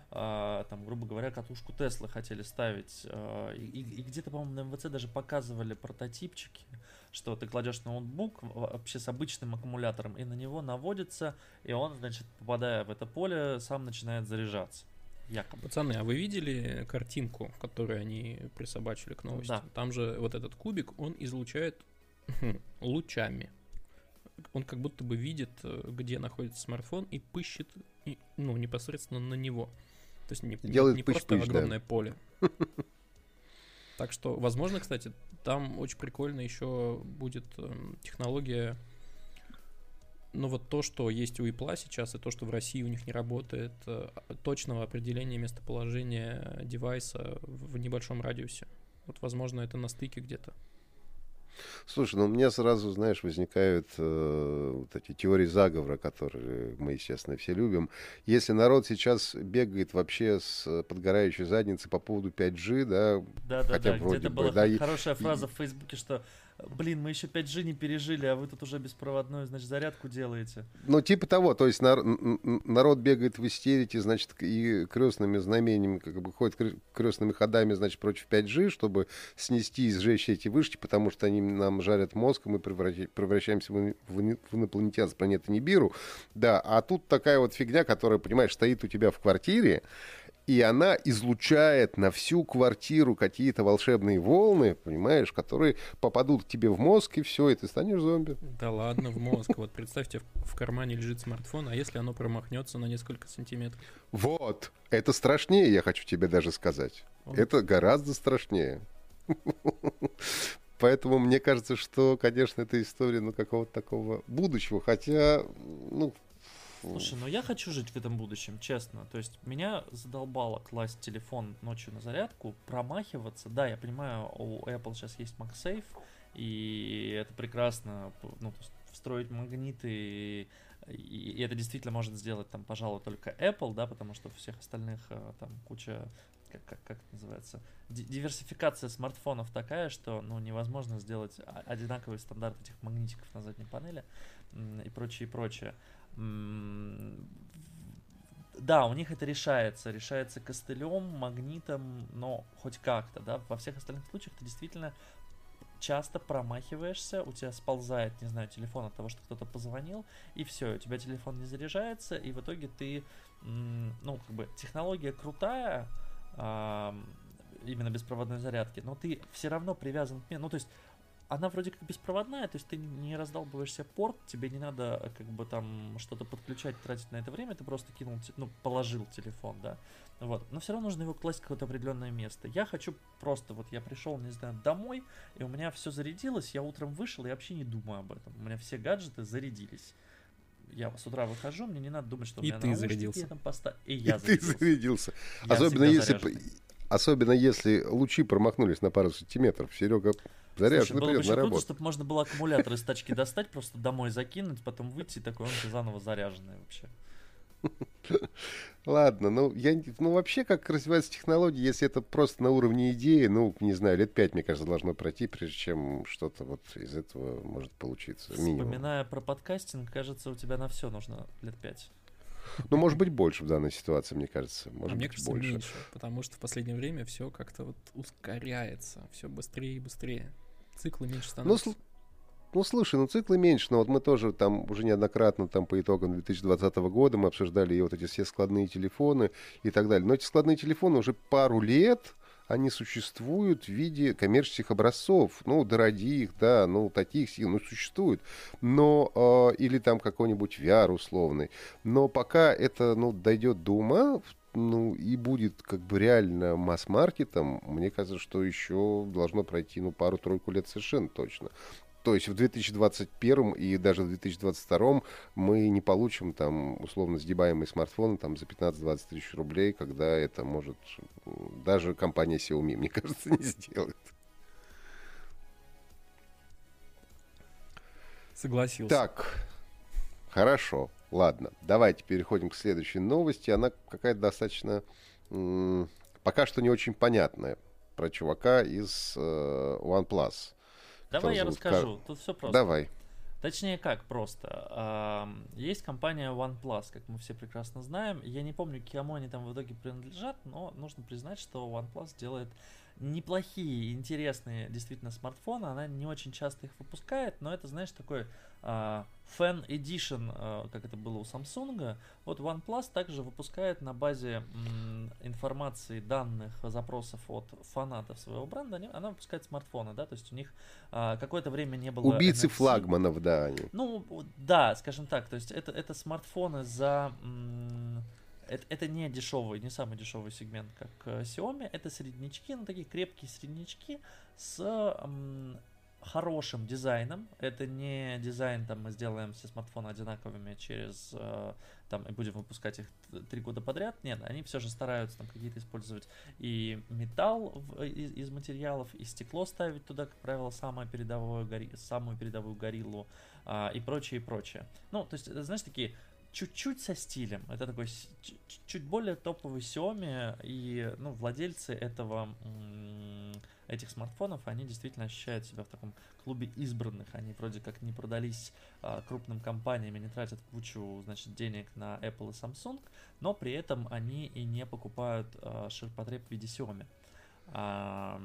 Speaker 2: а, там, грубо говоря, катушку Теслы хотели ставить. А, и, и где-то, по-моему, на эм вэ цэ даже показывали прототипчики, что ты кладешь ноутбук вообще с обычным аккумулятором, и на него наводится, и он, значит, попадая в это поле, сам начинает заряжаться. Якобы.
Speaker 3: Пацаны, а вы видели картинку, которую они присобачили к новости?
Speaker 2: Да.
Speaker 3: Там же вот этот кубик, он излучает лучами. Он как будто бы видит, где находится смартфон, и пыщет, ну, непосредственно на него. То есть не,
Speaker 1: Делает
Speaker 3: не, не
Speaker 1: пыщ,
Speaker 3: просто
Speaker 1: пыщ,
Speaker 3: огромное
Speaker 1: да.
Speaker 3: поле. Так что, возможно, кстати, там очень прикольно еще будет э, технология. Но вот то, что есть у Apple сейчас, и то, что в России у них не работает, э, точного определения местоположения девайса в, в небольшом радиусе. Вот, возможно, это на стыке где-то.
Speaker 1: Слушай, ну у меня сразу, знаешь, возникают э, вот эти теории заговора, которые мы, естественно, все любим. Если народ сейчас бегает вообще с подгорающей задницей по поводу пять джи, да,
Speaker 2: Да, да,
Speaker 1: хотя
Speaker 2: да,
Speaker 1: вроде
Speaker 2: где-то
Speaker 1: бы,
Speaker 2: была
Speaker 1: да, и-
Speaker 2: хорошая фраза в Фейсбуке, что, блин, мы еще пять джи не пережили, а вы тут уже беспроводную, значит, зарядку делаете.
Speaker 1: Ну, типа того, то есть нар- н- н- народ бегает в истерике, значит, и крестными знамениями, как бы ходит кр- крестными ходами, значит, против пять джи, чтобы снести и сжечь эти вышки, потому что они нам жарят мозг, и мы превращ- превращаемся в, ин- в ин- в инопланетян с планеты Нибиру. Да, а тут такая вот фигня, которая, понимаешь, стоит у тебя в квартире, и она излучает на всю квартиру какие-то волшебные волны, понимаешь, которые попадут к тебе в мозг, и все, и ты станешь зомби.
Speaker 3: Да ладно, в мозг. Вот представьте, в, в кармане лежит смартфон, а если оно промахнется на несколько сантиметров?
Speaker 1: Вот, это страшнее, я хочу тебе даже сказать.
Speaker 3: Он-
Speaker 1: Это гораздо страшнее. Поэтому мне кажется, что, конечно, это история, ну, какого-то такого будущего. Хотя, ну,
Speaker 2: Слушай, ну я хочу жить в этом будущем, честно. То есть меня задолбало класть телефон ночью на зарядку, промахиваться. Да, я понимаю, у Apple сейчас есть MagSafe, и это прекрасно, ну, то есть встроить магниты, и, и это действительно может сделать, там, пожалуй, только Apple, да, потому что у всех остальных э, там куча, как, как, как это называется, Ди- диверсификация смартфонов такая, что, ну, невозможно сделать о- одинаковый стандарт этих магнитиков на задней панели м, и прочее, и прочее. М, Да, у них это решается, решается костылем, магнитом, но хоть как-то, да, во всех остальных случаях ты действительно часто промахиваешься, у тебя сползает, не знаю, телефон от того, что кто-то позвонил, и все, у тебя телефон не заряжается, и в итоге ты, м, ну, как бы, технология крутая, ам, именно беспроводной зарядки, но ты все равно привязан к мне, ну, то есть она вроде как беспроводная, то есть ты не раздалбываешься порт, тебе не надо э, как бы там что-то подключать, тратить на это время, ты просто кинул, те- ну, положил телефон, да, вот, но все равно нужно его класть в какое-то определенное место. Я хочу просто, вот я пришел, не знаю, домой, и у меня все зарядилось, я утром вышел и вообще не думаю об этом, у меня все гаджеты зарядились. Я с утра выхожу, мне не надо думать, что у
Speaker 3: И
Speaker 2: меня
Speaker 3: ты
Speaker 2: наушники
Speaker 3: зарядился.
Speaker 2: я там поставил, и
Speaker 1: и
Speaker 2: я
Speaker 1: ты
Speaker 2: зарядился.
Speaker 1: зарядился.
Speaker 2: Я
Speaker 1: Особенно
Speaker 2: всегда
Speaker 1: если,
Speaker 2: заряженный.
Speaker 1: особенно если лучи промахнулись на пару сантиметров. Серега
Speaker 2: Слушай,
Speaker 1: заряженный
Speaker 2: было бы
Speaker 1: придет
Speaker 2: очень
Speaker 1: на
Speaker 2: круто,
Speaker 1: работу.
Speaker 2: чтобы можно было аккумулятор из тачки достать, просто домой закинуть, потом выйти, и такой он же заново заряженный вообще.
Speaker 1: Ладно, ну, я, не- ну вообще, как развиваются технологии, если это просто на уровне идеи, ну, не знаю, лет пять, мне кажется, должно пройти, прежде чем что-то вот из этого может получиться. Минимум.
Speaker 2: Вспоминая про подкастинг, кажется, у тебя на все нужно лет пять.
Speaker 1: Ну, может быть, больше в данной ситуации, мне кажется. Может
Speaker 3: А мне
Speaker 1: быть,
Speaker 3: кажется,
Speaker 1: больше.
Speaker 3: меньше, потому что в последнее время все как-то вот ускоряется, все быстрее и быстрее. Циклы меньше
Speaker 1: Ну,
Speaker 3: становятся.
Speaker 1: сл- ну, слушай, ну циклы меньше, но вот мы тоже там уже неоднократно там по итогам две тысячи двадцатого года мы обсуждали и вот эти все складные телефоны и так далее. Но эти складные телефоны уже пару лет, они существуют в виде коммерческих образцов, ну, дорогих, да, ну, таких сил, ну, существуют, но, э, или там какой-нибудь ви ар условный, но пока это, ну, дойдет до ума, ну, и будет как бы реально масс-маркетом, мне кажется, что еще должно пройти, ну, пару-тройку лет совершенно точно. То есть в две тысячи двадцать первом и даже в две тысячи двадцать втором мы не получим там условно сгибаемый смартфон там за пятнадцать-двадцать тысяч рублей, когда это может м, даже компания Xiaomi, мне кажется, не сделает.
Speaker 3: Согласился.
Speaker 1: Так, хорошо, ладно. Давайте переходим к следующей новости. Она какая-то достаточно м, пока что не очень понятная про чувака из э, OnePlus.
Speaker 2: Давай я
Speaker 1: зовут
Speaker 2: расскажу. Тут все просто.
Speaker 1: Давай.
Speaker 2: Точнее, как просто. А, Есть компания OnePlus, как мы все прекрасно знаем. Я не помню, к кому они там в итоге принадлежат, но нужно признать, что OnePlus делает неплохие, интересные действительно смартфоны. Она не очень часто их выпускает, но это, знаешь, такой а, Fan Edition, а, как это было у Samsung. Вот OnePlus также выпускает на базе м, информации, данных, запросов от фанатов своего бренда. Они, она выпускает смартфоны, да, то есть у них а, какое-то время не было
Speaker 1: Убийцы
Speaker 2: эн эф си.
Speaker 1: флагманов, да, они.
Speaker 2: Ну, да, скажем так, то есть это, это смартфоны за... м, Это, это не дешевый, не самый дешевый сегмент, как э, Xiaomi. Это среднячки, ну такие крепкие среднячки с м, хорошим дизайном. Это не дизайн, там мы сделаем все смартфоны одинаковыми через, э, там, и будем выпускать их три года подряд. Нет, они все же стараются там какие-то использовать и металл в, из, из материалов, и стекло ставить туда, как правило, самое передовое, гори, самую передовую гориллу, э, и прочее, и прочее. Ну, то есть, знаешь, такие... чуть-чуть со стилем. Это такой чуть более топовый Xiaomi, и ну, владельцы этого, этих смартфонов, они действительно ощущают себя в таком клубе избранных. Они вроде как не продались а, крупным компаниям и не тратят кучу, значит, денег на Apple и Samsung, но при этом они и не покупают а, ширпотреб в виде Xiaomi. А,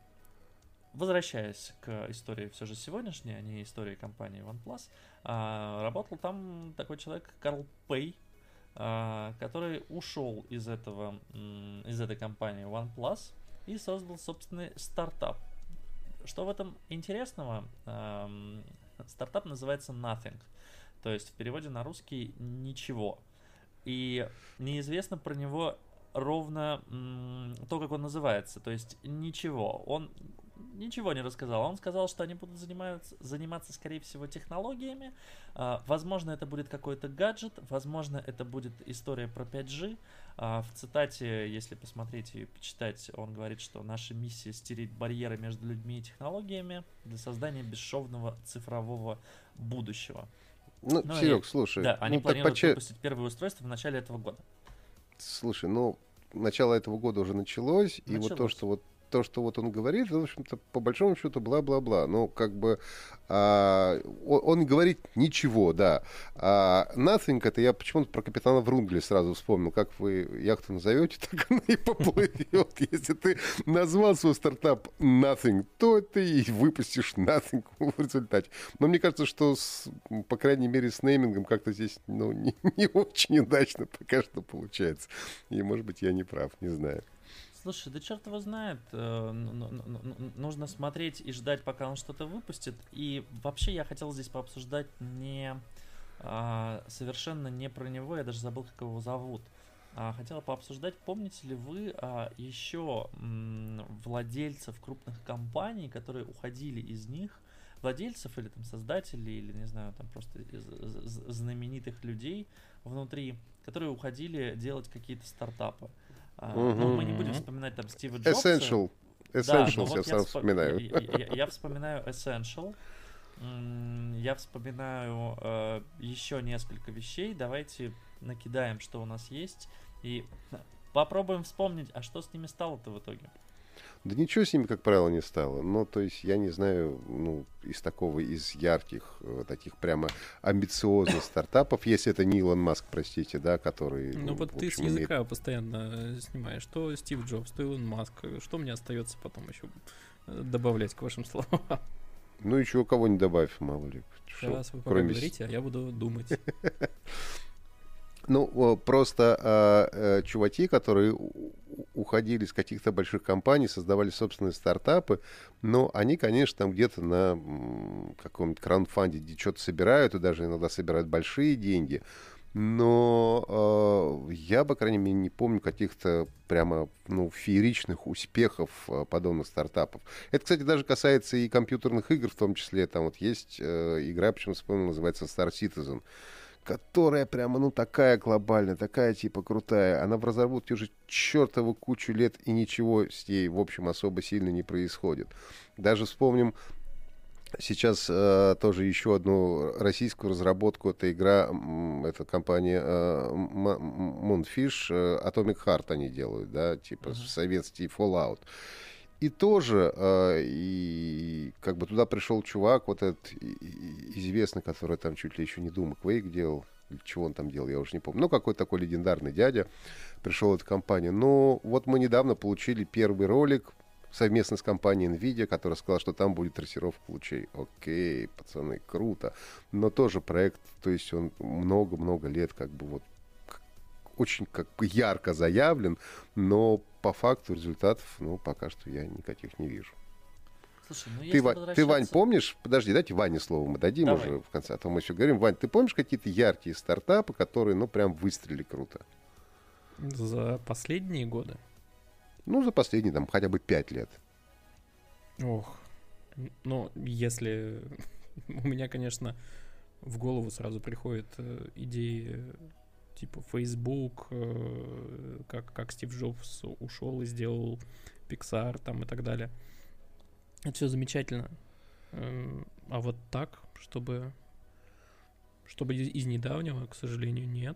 Speaker 2: Возвращаясь к истории все же сегодняшней, а не истории компании OnePlus, а, работал там такой человек, Карл Пэй, а, который ушел из, этого, из этой компании OnePlus и создал собственный стартап. Что в этом интересного? А, стартап называется Nothing, то есть в переводе на русский «ничего». И неизвестно про него ровно м, то, как он называется, то есть ничего. Он ничего не рассказал. Он сказал, что они будут заниматься, заниматься скорее всего, технологиями. А, возможно, это будет какой-то гаджет, возможно, это будет история про пять джи. А, в цитате, если посмотреть и почитать, он говорит, что наша миссия стереть барьеры между людьми и технологиями для создания бесшовного цифрового будущего.
Speaker 1: Ну,
Speaker 2: ну
Speaker 1: Серег,
Speaker 2: и,
Speaker 1: слушай.
Speaker 2: Да, они
Speaker 1: ну,
Speaker 2: планируют
Speaker 1: поче...
Speaker 2: выпустить первое устройство в начале этого года.
Speaker 1: Слушай, ну, начало этого года уже началось, началось. и вот то, что вот то, что вот он говорит, в общем-то, по большому счету, бла-бла-бла. Ну, как бы а, он, он говорит ничего, да. А Nothing, это я почему-то про капитана Врунгеля сразу вспомнил. Как вы яхту назовете, так она и поплывет. Если ты назвал свой стартап Nothing, то ты и выпустишь Nothing в результате. Но мне кажется, что, с, по крайней мере, с неймингом как-то здесь ну, не, не очень удачно пока что получается. И, может быть, я не прав, не знаю.
Speaker 2: Слушай, да черт его знает. Нужно смотреть и ждать, пока он что-то выпустит. И вообще я хотел здесь пообсуждать не а, совершенно не про него, я даже забыл, как его зовут. А, хотел пообсуждать, помните ли вы а, еще м, владельцев крупных компаний, которые уходили из них, владельцев или там создателей, или не знаю, там просто из, из, знаменитых людей внутри, которые уходили делать какие-то стартапы. Uh, mm-hmm. Ну, мы не будем вспоминать там Стива Джобса.
Speaker 1: Essential. Essential
Speaker 2: да,
Speaker 1: я
Speaker 2: вот
Speaker 1: сам
Speaker 2: я
Speaker 1: вспоминаю.
Speaker 2: Я, я, я, я вспоминаю Essential. Я вспоминаю э, еще несколько вещей. Давайте накидаем, что у нас есть. И попробуем вспомнить, а что с ними стало-то в итоге.
Speaker 1: Да ничего с ними, как правило, не стало. Ну, то есть, я не знаю, ну, из такого, из ярких, таких прямо амбициозных стартапов, если это не Илон Маск, простите, да, который...
Speaker 3: Ну,
Speaker 1: ну
Speaker 3: вот ты
Speaker 1: общем,
Speaker 3: с языка
Speaker 1: имеет...
Speaker 3: постоянно снимаешь. То Стив Джобс, то Илон Маск. Что мне остается потом еще добавлять к вашим словам?
Speaker 1: Ну, еще кого не добавь, мало ли.
Speaker 3: Сейчас вы пока говорите, а я буду думать.
Speaker 1: Ну, просто э, э, чуваки, которые уходили из каких-то больших компаний, создавали собственные стартапы, но они, конечно, там где-то на м, каком-нибудь краудфанде что-то собирают, и даже иногда собирают большие деньги. Но э, я, по крайней мере, не помню каких-то прямо ну, фееричных успехов э, подобных стартапов. Это, кстати, даже касается и компьютерных игр, в том числе. Там вот есть э, игра, почему вспомнил, называется Star Citizen, которая прямо, ну, такая глобальная, такая, типа, крутая. Она в разработке уже чертову кучу лет, и ничего с ней, в общем, особо сильно не происходит. Даже вспомним сейчас э, тоже еще одну российскую разработку. Это игра, это компания э, Moonfish, э, Atomic Heart они делают, да, типа uh-huh. советский Fallout. И тоже, э, и как бы туда пришел чувак, вот этот известный, который там чуть ли еще не Doom и Quake делал, или чего он там делал, я уже не помню. Ну, какой-то такой легендарный дядя пришел в эту компанию. Но вот мы недавно получили первый ролик совместно с компанией NVIDIA, которая сказала, что там будет трассировка лучей. Окей, пацаны, круто. Но тоже проект, то есть он много-много лет как бы вот очень как бы ярко заявлен, но по факту результатов, ну, пока что я никаких не вижу.
Speaker 2: Слушай, ну,
Speaker 1: ты, Ва-
Speaker 2: возвращаться...
Speaker 1: ты, Вань, помнишь? Подожди, дайте Ване слово мы дадим
Speaker 2: Давай.
Speaker 1: уже в конце, а то мы еще говорим. Вань, ты помнишь какие-то яркие стартапы, которые, ну, прям выстрелили круто?
Speaker 3: За последние годы?
Speaker 1: Ну, за последние, там, хотя бы пять лет.
Speaker 3: Ох, ну, если... У меня, конечно, в голову сразу приходят э, идеи типа Facebook, э, как, как Стив Джобс ушел и сделал Pixar там и так далее. Это все замечательно. Эм, а вот так, чтобы, чтобы из, из недавнего, к сожалению, нет.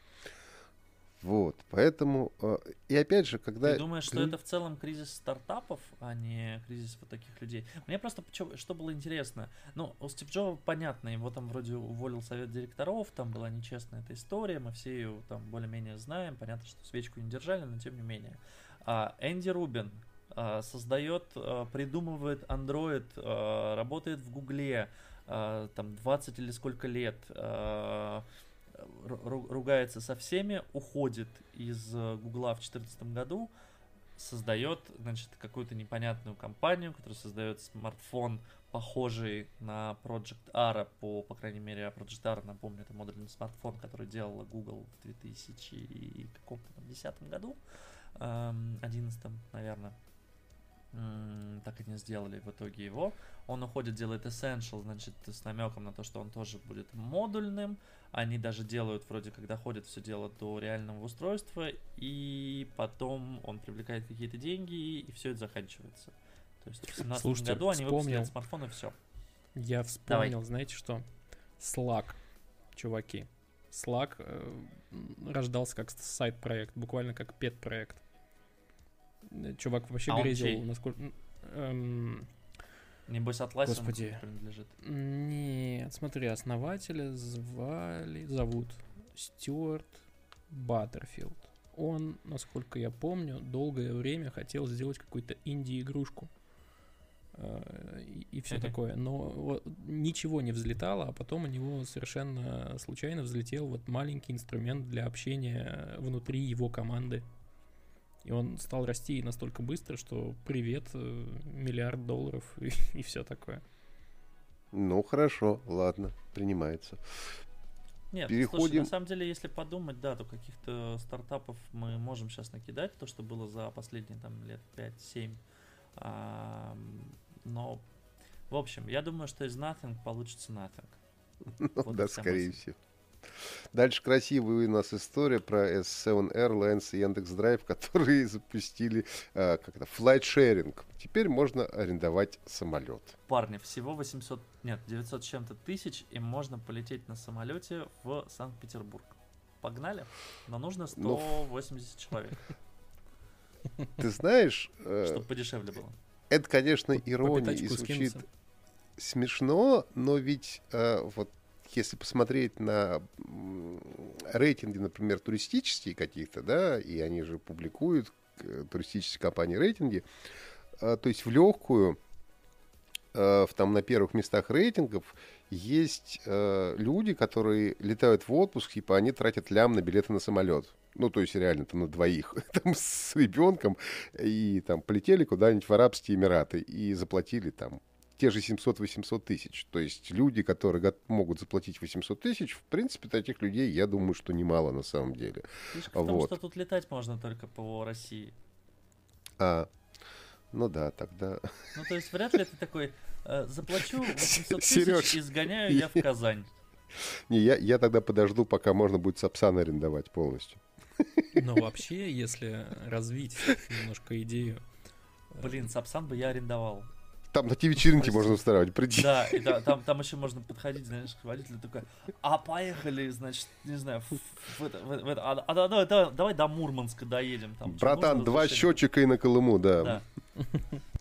Speaker 1: Вот, поэтому... э, И опять же, когда...
Speaker 2: Ты думаешь, что это в целом кризис стартапов, а не кризис вот таких людей? Мне просто чё- что было интересно. Ну, у Стив Джобса понятно, его там вроде уволил совет директоров, там была нечестная эта история, мы все ее там более-менее знаем, понятно, что свечку не держали, но тем не менее. А Энди Рубин а, создает, а, придумывает Android, а, работает в Гугле, а, там двадцать или сколько лет, а, ру- ругается со всеми, уходит из э, Гугла в две тысячи четырнадцатом году, создает, значит, какую-то непонятную компанию, которая создает смартфон, похожий на Project R, по, по крайней мере, Project R, напомню, это модульный смартфон, который делала Google в две тысячи десятом году, эм, одиннадцатом, наверное. М, Так и не сделали в итоге его. Он уходит, делает Essential, значит, с намеком на то, что он тоже будет модульным. Они даже делают, вроде как доходит все дело до реального устройства, и потом он привлекает какие-то деньги, и все это заканчивается. То есть в две тысячи семнадцатом
Speaker 3: Слушайте,
Speaker 2: году они выпустили
Speaker 3: вспомнил.
Speaker 2: этот смартфон, и все.
Speaker 3: Я вспомнил, знаете что? Slack, чуваки. Slack э, рождался как сайт-проект, буквально как пет-проект. Э, Чувак вообще
Speaker 2: А он
Speaker 3: грезил,
Speaker 2: чей?
Speaker 3: насколько... эм,
Speaker 2: Небось, Atlassian
Speaker 3: Господи.
Speaker 2: принадлежит.
Speaker 3: Нет, смотри, основателя звали, зовут Стюарт Баттерфилд. Он, насколько я помню, долгое время хотел сделать какую-то инди-игрушку. Э, И, и все
Speaker 2: Мгм.
Speaker 3: такое. Но вот ничего не взлетало, а потом у него совершенно случайно взлетел вот маленький инструмент для общения внутри его команды. И он стал расти настолько быстро, что привет, э, миллиард долларов и, и все такое.
Speaker 1: Ну, хорошо, ладно, принимается.
Speaker 2: Нет, слушай,
Speaker 1: Переходим-
Speaker 2: на самом деле, если подумать, да, то каких-то стартапов мы можем сейчас накидать, то, что было за последние там лет пять-семь. Но, в общем, я думаю, что из nothing получится nothing.
Speaker 1: Ну,
Speaker 2: Вот
Speaker 1: да,
Speaker 2: и вся
Speaker 1: скорее
Speaker 2: мысль.
Speaker 1: всего. Дальше красивая у нас история про эс семь эр, Lens и Яндекс.Драйв, которые запустили э, как это, флайт-шеринг. Теперь можно арендовать самолет.
Speaker 2: Парни, всего восемьсот, нет, девятьсот с чем-то тысяч, и можно полететь на самолете в Санкт-Петербург. Погнали? Но нужно
Speaker 1: Ну,
Speaker 2: сто восемьдесят человек,
Speaker 1: Ты знаешь, э,
Speaker 2: чтобы подешевле было.
Speaker 1: это, конечно,
Speaker 3: По
Speaker 1: ирония и
Speaker 3: пятачку
Speaker 1: звучит
Speaker 3: скинуться.
Speaker 1: смешно, но ведь э, вот если посмотреть на м, рейтинги, например, туристические каких-то, да, и они же публикуют, э, туристические компании рейтинги, э, то есть в легкую, э, в, там на первых местах рейтингов есть э, люди, которые летают в отпуск, типа они тратят лям на билеты на самолет. Ну, то есть реально там на двоих, там с ребенком, и там полетели куда-нибудь в Арабские Эмираты и заплатили там те же семьсот-восемьсот тысяч. То есть люди, которые го- могут заплатить восемьсот тысяч, в принципе, таких людей, я думаю, что немало на самом деле.
Speaker 2: Фишка в том,
Speaker 1: Вот.
Speaker 2: что тут летать можно только по России.
Speaker 1: А, ну да, тогда...
Speaker 2: Ну, то есть вряд ли ты такой, э, заплачу восемьсот
Speaker 1: Серёж,
Speaker 2: тысяч и сгоняю я в Казань.
Speaker 1: Не, я, я тогда подожду, пока можно будет Сапсан арендовать полностью.
Speaker 3: Но вообще, если развить немножко идею... э,
Speaker 2: Блин, Сапсан бы я арендовал.
Speaker 1: Там такие вечеринки
Speaker 2: Прости.
Speaker 1: можно устраивать, приди.
Speaker 2: Да, и да, там, там еще можно подходить, знаешь, к водителю такой, а поехали, значит, не знаю, в, в это, в, в это, а, а, да, да, давай до Мурманска доедем. Там, чё,
Speaker 1: Братан,
Speaker 2: нужно
Speaker 1: два
Speaker 2: разрешение?
Speaker 1: счетчика и на Колыму, да.
Speaker 2: Да.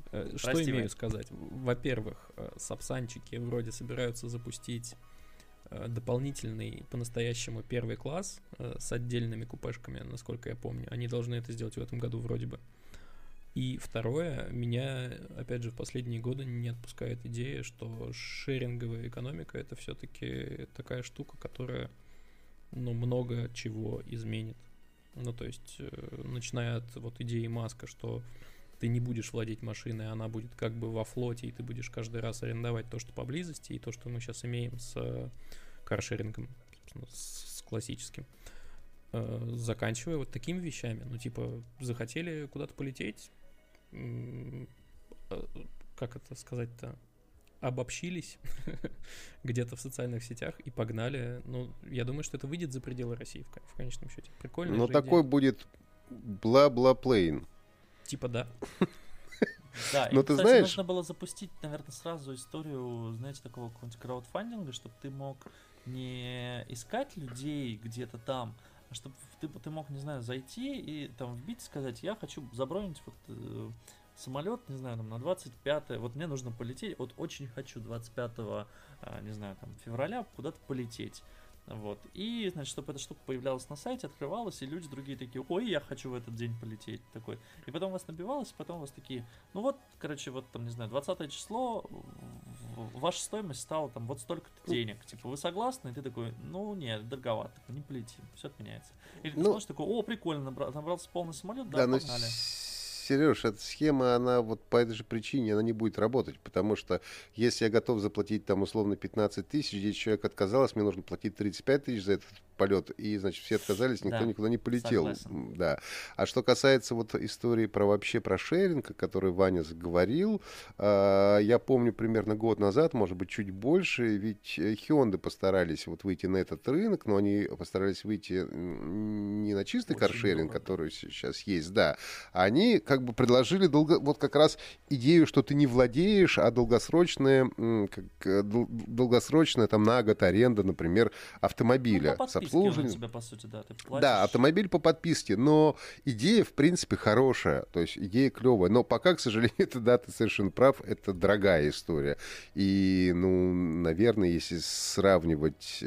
Speaker 3: Что
Speaker 2: Прости,
Speaker 3: имею
Speaker 2: Вань.
Speaker 3: сказать? Во-первых, сапсанчики вроде собираются запустить дополнительный по-настоящему первый класс с отдельными купешками, насколько я помню. Они должны это сделать в этом году вроде бы. И второе, меня, опять же, в последние годы не отпускает идея, что шеринговая экономика — это все-таки такая штука, которая, ну, много чего изменит. Ну, то есть, начиная от вот идеи Маска, что ты не будешь владеть машиной, она будет как бы во флоте, и ты будешь каждый раз арендовать то, что поблизости, и то, что мы сейчас имеем с каршерингом, собственно, с классическим. Заканчивая вот такими вещами. Ну, типа, захотели куда-то полететь, как это сказать-то, обобщились где-то в социальных сетях и погнали. Ну, я думаю, что это выйдет за пределы России в, в конечном счете. Прикольно.
Speaker 1: Но такой идея. Будет бла-бла-плейн.
Speaker 3: Типа да.
Speaker 2: Да,
Speaker 1: но
Speaker 2: и,
Speaker 1: ты
Speaker 2: кстати,
Speaker 1: знаешь...
Speaker 2: нужно было запустить, наверное, сразу историю, знаете, такого какого-нибудь краудфандинга, чтобы ты мог не искать людей где-то там, а чтобы ты, ты мог, не знаю, зайти и там вбить, сказать, я хочу забронить вот э, самолет, не знаю, там на двадцать пятое, вот мне нужно полететь, вот очень хочу двадцать пятого, э, не знаю, там февраля куда-то полететь. Вот. И, значит, чтобы эта штука появлялась на сайте, открывалась, и люди другие такие, ой, я хочу в этот день полететь. Такой. И потом у вас набивалось, потом у вас такие, ну вот, короче, вот там, не знаю, двадцатое число, ваша стоимость стала там вот столько-то денег. Типа, вы согласны? И ты такой, ну нет, дороговато, не полетим, все отменяется. Или ты
Speaker 1: ну,
Speaker 2: смотришь такой, о, прикольно, набрал, набрался полный самолет, да,
Speaker 1: да,
Speaker 2: погнали.
Speaker 1: Сереж, эта схема, она вот по этой же причине, она не будет работать, потому что если я готов заплатить там условно пятнадцать тысяч, здесь человек отказался, мне нужно платить тридцать пять тысяч за этот полет, и, значит, все отказались, никто
Speaker 2: да,
Speaker 1: никуда не полетел.
Speaker 2: Согласен.
Speaker 1: Да. А что касается вот истории про вообще про шеринг, о которой Ваня заговорил, э, я помню примерно год назад, может быть, чуть больше, ведь Hyundai постарались вот выйти на этот рынок, но они постарались выйти не на чистый
Speaker 2: Очень
Speaker 1: каршеринг,
Speaker 2: дорого.
Speaker 1: который сейчас есть, да, они как бы предложили долго, вот как раз идею, что ты не владеешь, а долгосрочная, как, долгосрочная там на год аренда, например, автомобиля.
Speaker 2: Ну, по подписке он у тебя, по сути, да, ты платишь.
Speaker 1: Да, автомобиль по подписке, но идея, в принципе, хорошая, то есть идея клевая, но пока, к сожалению, это, да, ты совершенно прав, это дорогая история. И, ну, наверное, если сравнивать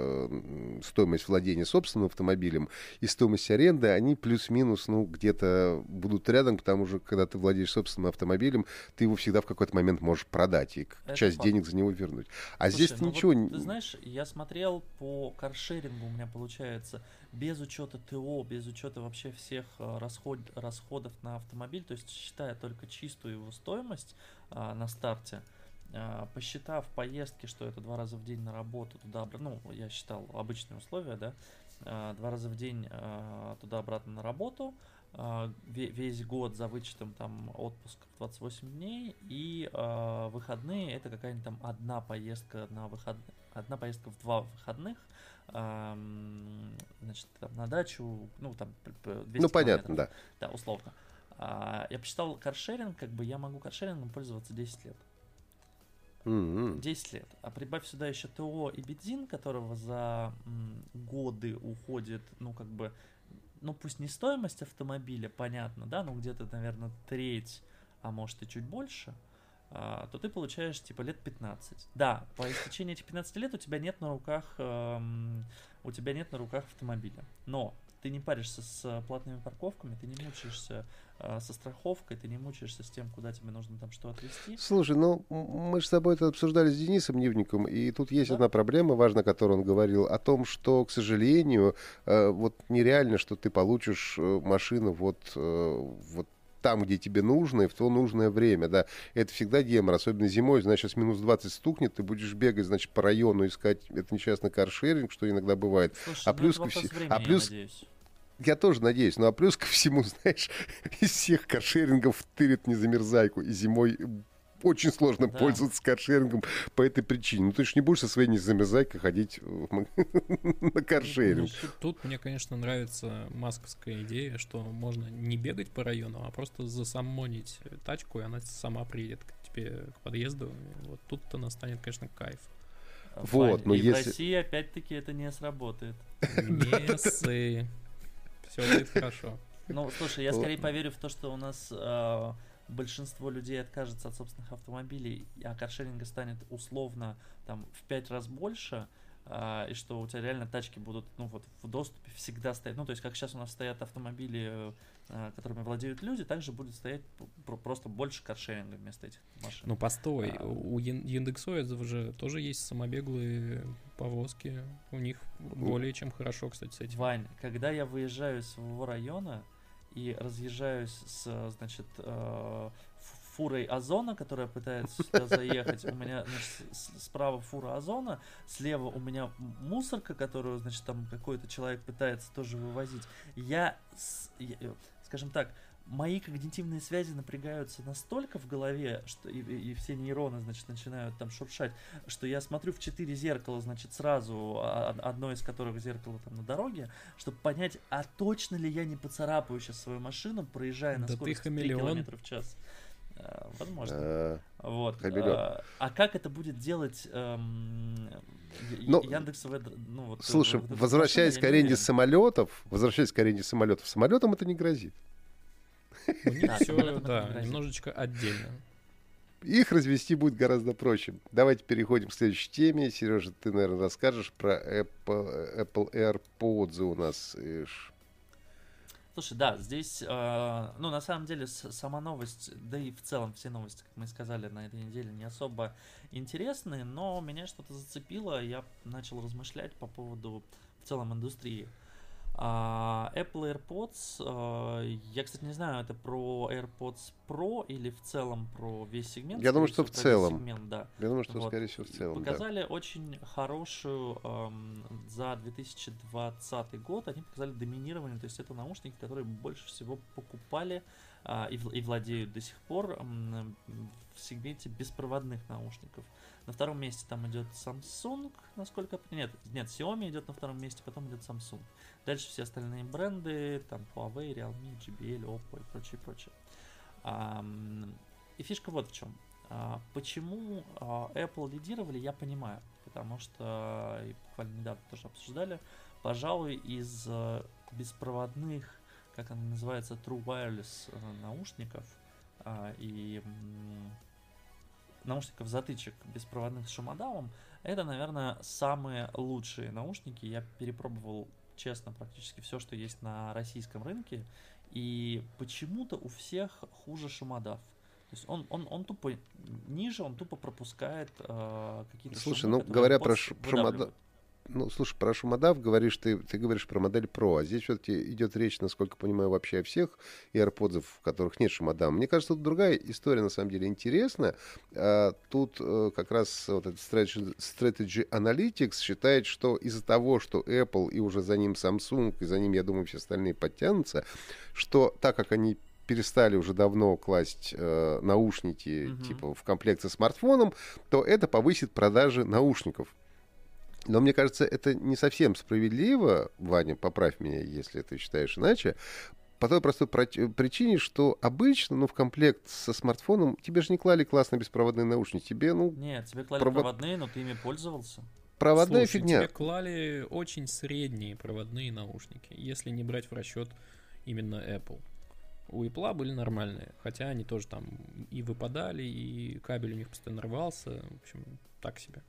Speaker 1: э, стоимость владения собственным автомобилем и стоимость аренды, они плюс-минус, ну, где-то будут рядом, потому что, когда ты владеешь собственным автомобилем, ты его всегда в какой-то момент можешь продать и
Speaker 2: Это
Speaker 1: часть
Speaker 2: факт.
Speaker 1: денег за него вернуть. А
Speaker 2: Слушай,
Speaker 1: здесь
Speaker 2: ну
Speaker 1: ничего...
Speaker 2: вот, ты знаешь, я смотрел по каршерингу, у меня получается, без учета ТО, без учета вообще всех а, расход, расходов на автомобиль, то есть считая только чистую его стоимость а, на старте, а, посчитав поездки, что это два раза в день на работу, туда, ну, я считал обычные условия, да, а, два раза в день а, туда-обратно на работу, а, весь год за вычетом там отпуска в двадцать восемь дней, и а, выходные это какая-нибудь там одна поездка на выходные, одна поездка в два выходных, а, значит, там, на дачу, ну там двести
Speaker 1: Ну, понятно,
Speaker 2: километров.
Speaker 1: да.
Speaker 2: Да, условно. А, я посчитал каршеринг, как бы я могу каршерингом пользоваться десять лет.
Speaker 1: Mm-hmm.
Speaker 2: десять лет. А прибавь сюда еще ТО и бензин, которого за м, годы уходит, ну, как бы, ну, пусть не стоимость автомобиля, понятно, да, ну, где-то, наверное, треть, а может и чуть больше, а, то ты получаешь, типа, лет пятнадцать. Да, по истечении этих пятнадцати лет у тебя нет на руках, эм, у тебя нет на руках автомобиля. Но ты не паришься с платными парковками, ты не мучаешься э, со страховкой, ты не мучаешься с тем, куда тебе нужно там что отвезти.
Speaker 1: Слушай, ну мы же с тобой это обсуждали с Денисом Нивником, и тут есть
Speaker 2: Да.
Speaker 1: одна проблема важная, о которой он говорил, о том, что, к сожалению, э, вот нереально, что ты получишь э, машину вот, э, вот там, где тебе нужно, и в то нужное время, да. Это всегда гемор, особенно зимой, значит, сейчас минус двадцать стукнет, ты будешь бегать, значит, по району искать это несчастный каршеринг, что иногда бывает.
Speaker 2: Слушай,
Speaker 1: а
Speaker 2: ну
Speaker 1: плюс
Speaker 2: это
Speaker 1: ко
Speaker 2: вопрос
Speaker 1: всему...
Speaker 2: времени,
Speaker 1: А плюс...
Speaker 2: я надеюсь.
Speaker 1: Я тоже надеюсь, ну а плюс ко всему, знаешь, из всех каршерингов тырит незамерзайку, и зимой очень сложно
Speaker 2: Да.
Speaker 1: пользоваться каршерингом по этой причине. Ну ты же не будешь со своей незамерзайкой ходить на каршеринг.
Speaker 3: Ну, тут, тут мне, конечно, нравится масковская идея, что можно не бегать по району, а просто засаммонить тачку, и она сама приедет к тебе к подъезду. И вот тут-то настанет, конечно, кайф.
Speaker 1: Вот,
Speaker 2: Вань,
Speaker 1: но
Speaker 2: и в
Speaker 1: если-
Speaker 2: России опять-таки это не сработает.
Speaker 3: Не ссы. Все будет хорошо.
Speaker 2: Ну, слушай, я
Speaker 1: Вот.
Speaker 2: скорее поверю в то, что у нас э, большинство людей откажется от собственных автомобилей, а каршеринга станет условно там в пять раз больше, а, и что у тебя реально тачки будут, ну вот, в доступе всегда стоять. Ну, то есть, как сейчас у нас стоят автомобили, а, которыми владеют люди, также будет стоять п- просто больше каршеринга вместо этих машин.
Speaker 3: Ну, постой,
Speaker 2: А,
Speaker 3: у Ян- Яндекс.Оэзов же тоже есть самобеглые повозки, у них более чем хорошо, кстати, с этим.
Speaker 2: Вань, когда я выезжаю из своего района и разъезжаюсь с, значит, э, ф- фурой Озона, которая пытается сюда заехать, у меня, значит, с- справа фура Озона, слева у меня м- мусорка, которую, значит, там какой-то человек пытается тоже вывозить. Я, с- я, э, скажем так, мои когнитивные связи напрягаются настолько в голове, что и, и- и все нейроны, значит, начинают там шуршать, что я смотрю в четыре зеркала, значит, сразу, а- а- одно из которых зеркало там на дороге, чтобы понять, а точно ли я не поцарапаю сейчас свою машину, проезжая на
Speaker 3: Да ты
Speaker 2: скорости три
Speaker 3: хамелеон.
Speaker 2: километра в час. А, Возможно.
Speaker 1: А,
Speaker 2: Вот.
Speaker 1: хамелеон.
Speaker 2: А, а как это будет делать эм, Я-
Speaker 1: Ну,
Speaker 2: Яндексовая, ну вот...
Speaker 1: Слушай,
Speaker 2: вот эта
Speaker 1: возвращаясь
Speaker 2: машина,
Speaker 1: к
Speaker 2: я не
Speaker 1: аренде
Speaker 2: уверен.
Speaker 1: самолетов, возвращаясь к аренде самолетов, самолетам это не грозит.
Speaker 3: У них
Speaker 2: Да,
Speaker 3: все,
Speaker 2: самолетам это
Speaker 3: да,
Speaker 2: не грозит.
Speaker 3: немножечко отдельно.
Speaker 1: Их развести будет гораздо проще. Давайте переходим к следующей теме. Сережа, ты, наверное, расскажешь про Apple, Apple AirPods у нас. Ишь.
Speaker 2: Слушай, да, здесь, э, ну, на самом деле, с- сама новость, да и в целом все новости, как мы и сказали, на этой неделе не особо интересны, но меня что-то зацепило, я начал размышлять по поводу в целом индустрии. А, Apple AirPods, э, я, кстати, не знаю, это про AirPods Pro или в целом про весь сегмент.
Speaker 1: Я думаю,
Speaker 2: скорее
Speaker 1: что
Speaker 2: всего,
Speaker 1: в
Speaker 2: про весь
Speaker 1: целом.
Speaker 2: сегмент, да.
Speaker 1: Я думаю, что,
Speaker 2: Вот.
Speaker 1: скорее всего, в целом, да.
Speaker 2: Показали очень хорошую эм, за две тысячи двадцатый год, они показали доминирование, то есть это наушники, которые больше всего покупали а, и, вл- и владеют до сих пор м, в сегменте беспроводных наушников. На втором месте там идет Samsung, насколько я понимаю. Нет, нет, Xiaomi идет на втором месте, потом идет Samsung. Дальше все остальные бренды, там Huawei, Realme, джей би эл, Oppo и прочее, прочее. Ам, И фишка вот в чем. А, Почему а, Apple лидировали, я понимаю. Потому что, и буквально недавно тоже обсуждали, пожалуй, из а, беспроводных, как она называется, True Wireless а, наушников а, и м, наушников затычек беспроводных с шумодавом, это, наверное, самые лучшие наушники. Я перепробовал, честно, практически все, что есть на российском рынке. И почему-то у всех хуже шумодав. То есть он, он, он тупо ниже, он тупо пропускает э, какие-то
Speaker 1: Слушай,
Speaker 2: шумы,
Speaker 1: ну,
Speaker 2: которые
Speaker 1: говоря
Speaker 2: AirPods
Speaker 1: про шу- шумодав-
Speaker 2: выдавливают.
Speaker 1: Ну, слушай, про шумодав говоришь ты, ты говоришь про модель Pro, а здесь все-таки идет речь, насколько понимаю, вообще о всех AirPods, в которых нет шумодава. Мне кажется, тут другая история, на самом деле, интересная. А, тут э, как раз вот этот Strategy, Strategy Analytics считает, что из-за того, что Apple и уже за ним Samsung, и за ним, я думаю, все остальные подтянутся, что так как они перестали уже давно класть э, наушники
Speaker 2: Мгм.
Speaker 1: типа в комплект со смартфоном, то это повысит продажи наушников. Но мне кажется, это не совсем справедливо, Ваня, поправь меня, если ты считаешь иначе, по той простой проти- причине, что обычно, ну, в комплект со смартфоном тебе же не клали классные беспроводные наушники, тебе, ну,
Speaker 2: Нет, тебе клали
Speaker 1: провод-
Speaker 2: проводные, но ты ими пользовался.
Speaker 1: проводная
Speaker 3: Слушай,
Speaker 1: фигня.
Speaker 3: тебе клали очень средние проводные наушники, если не брать в расчет именно Apple. У Apple были нормальные, хотя они тоже там и выпадали, и кабель у них постоянно рвался, в общем, так себе.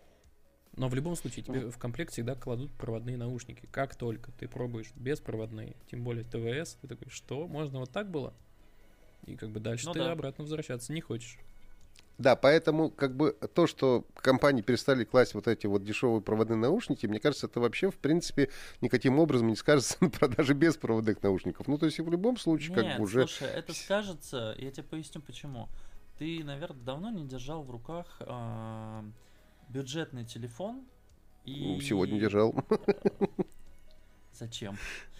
Speaker 3: Но в любом случае тебе в комплект всегда кладут проводные наушники. Как только ты пробуешь беспроводные, тем более ТВС, ты такой, что, можно вот так было? И как бы дальше
Speaker 2: Ну
Speaker 3: ты
Speaker 2: да.
Speaker 3: обратно возвращаться не хочешь.
Speaker 1: Да, поэтому как бы то, что компании перестали класть вот эти вот дешевые проводные наушники, мне кажется, это вообще, в принципе, никаким образом не скажется на продаже беспроводных наушников. Ну, то есть в любом случае, как
Speaker 2: Нет,
Speaker 1: бы уже...
Speaker 2: слушай, это скажется, я тебе поясню почему. Ты, наверное, давно не держал в руках а, бюджетный телефон и...
Speaker 1: Ну, сегодня держал.
Speaker 2: Зачем?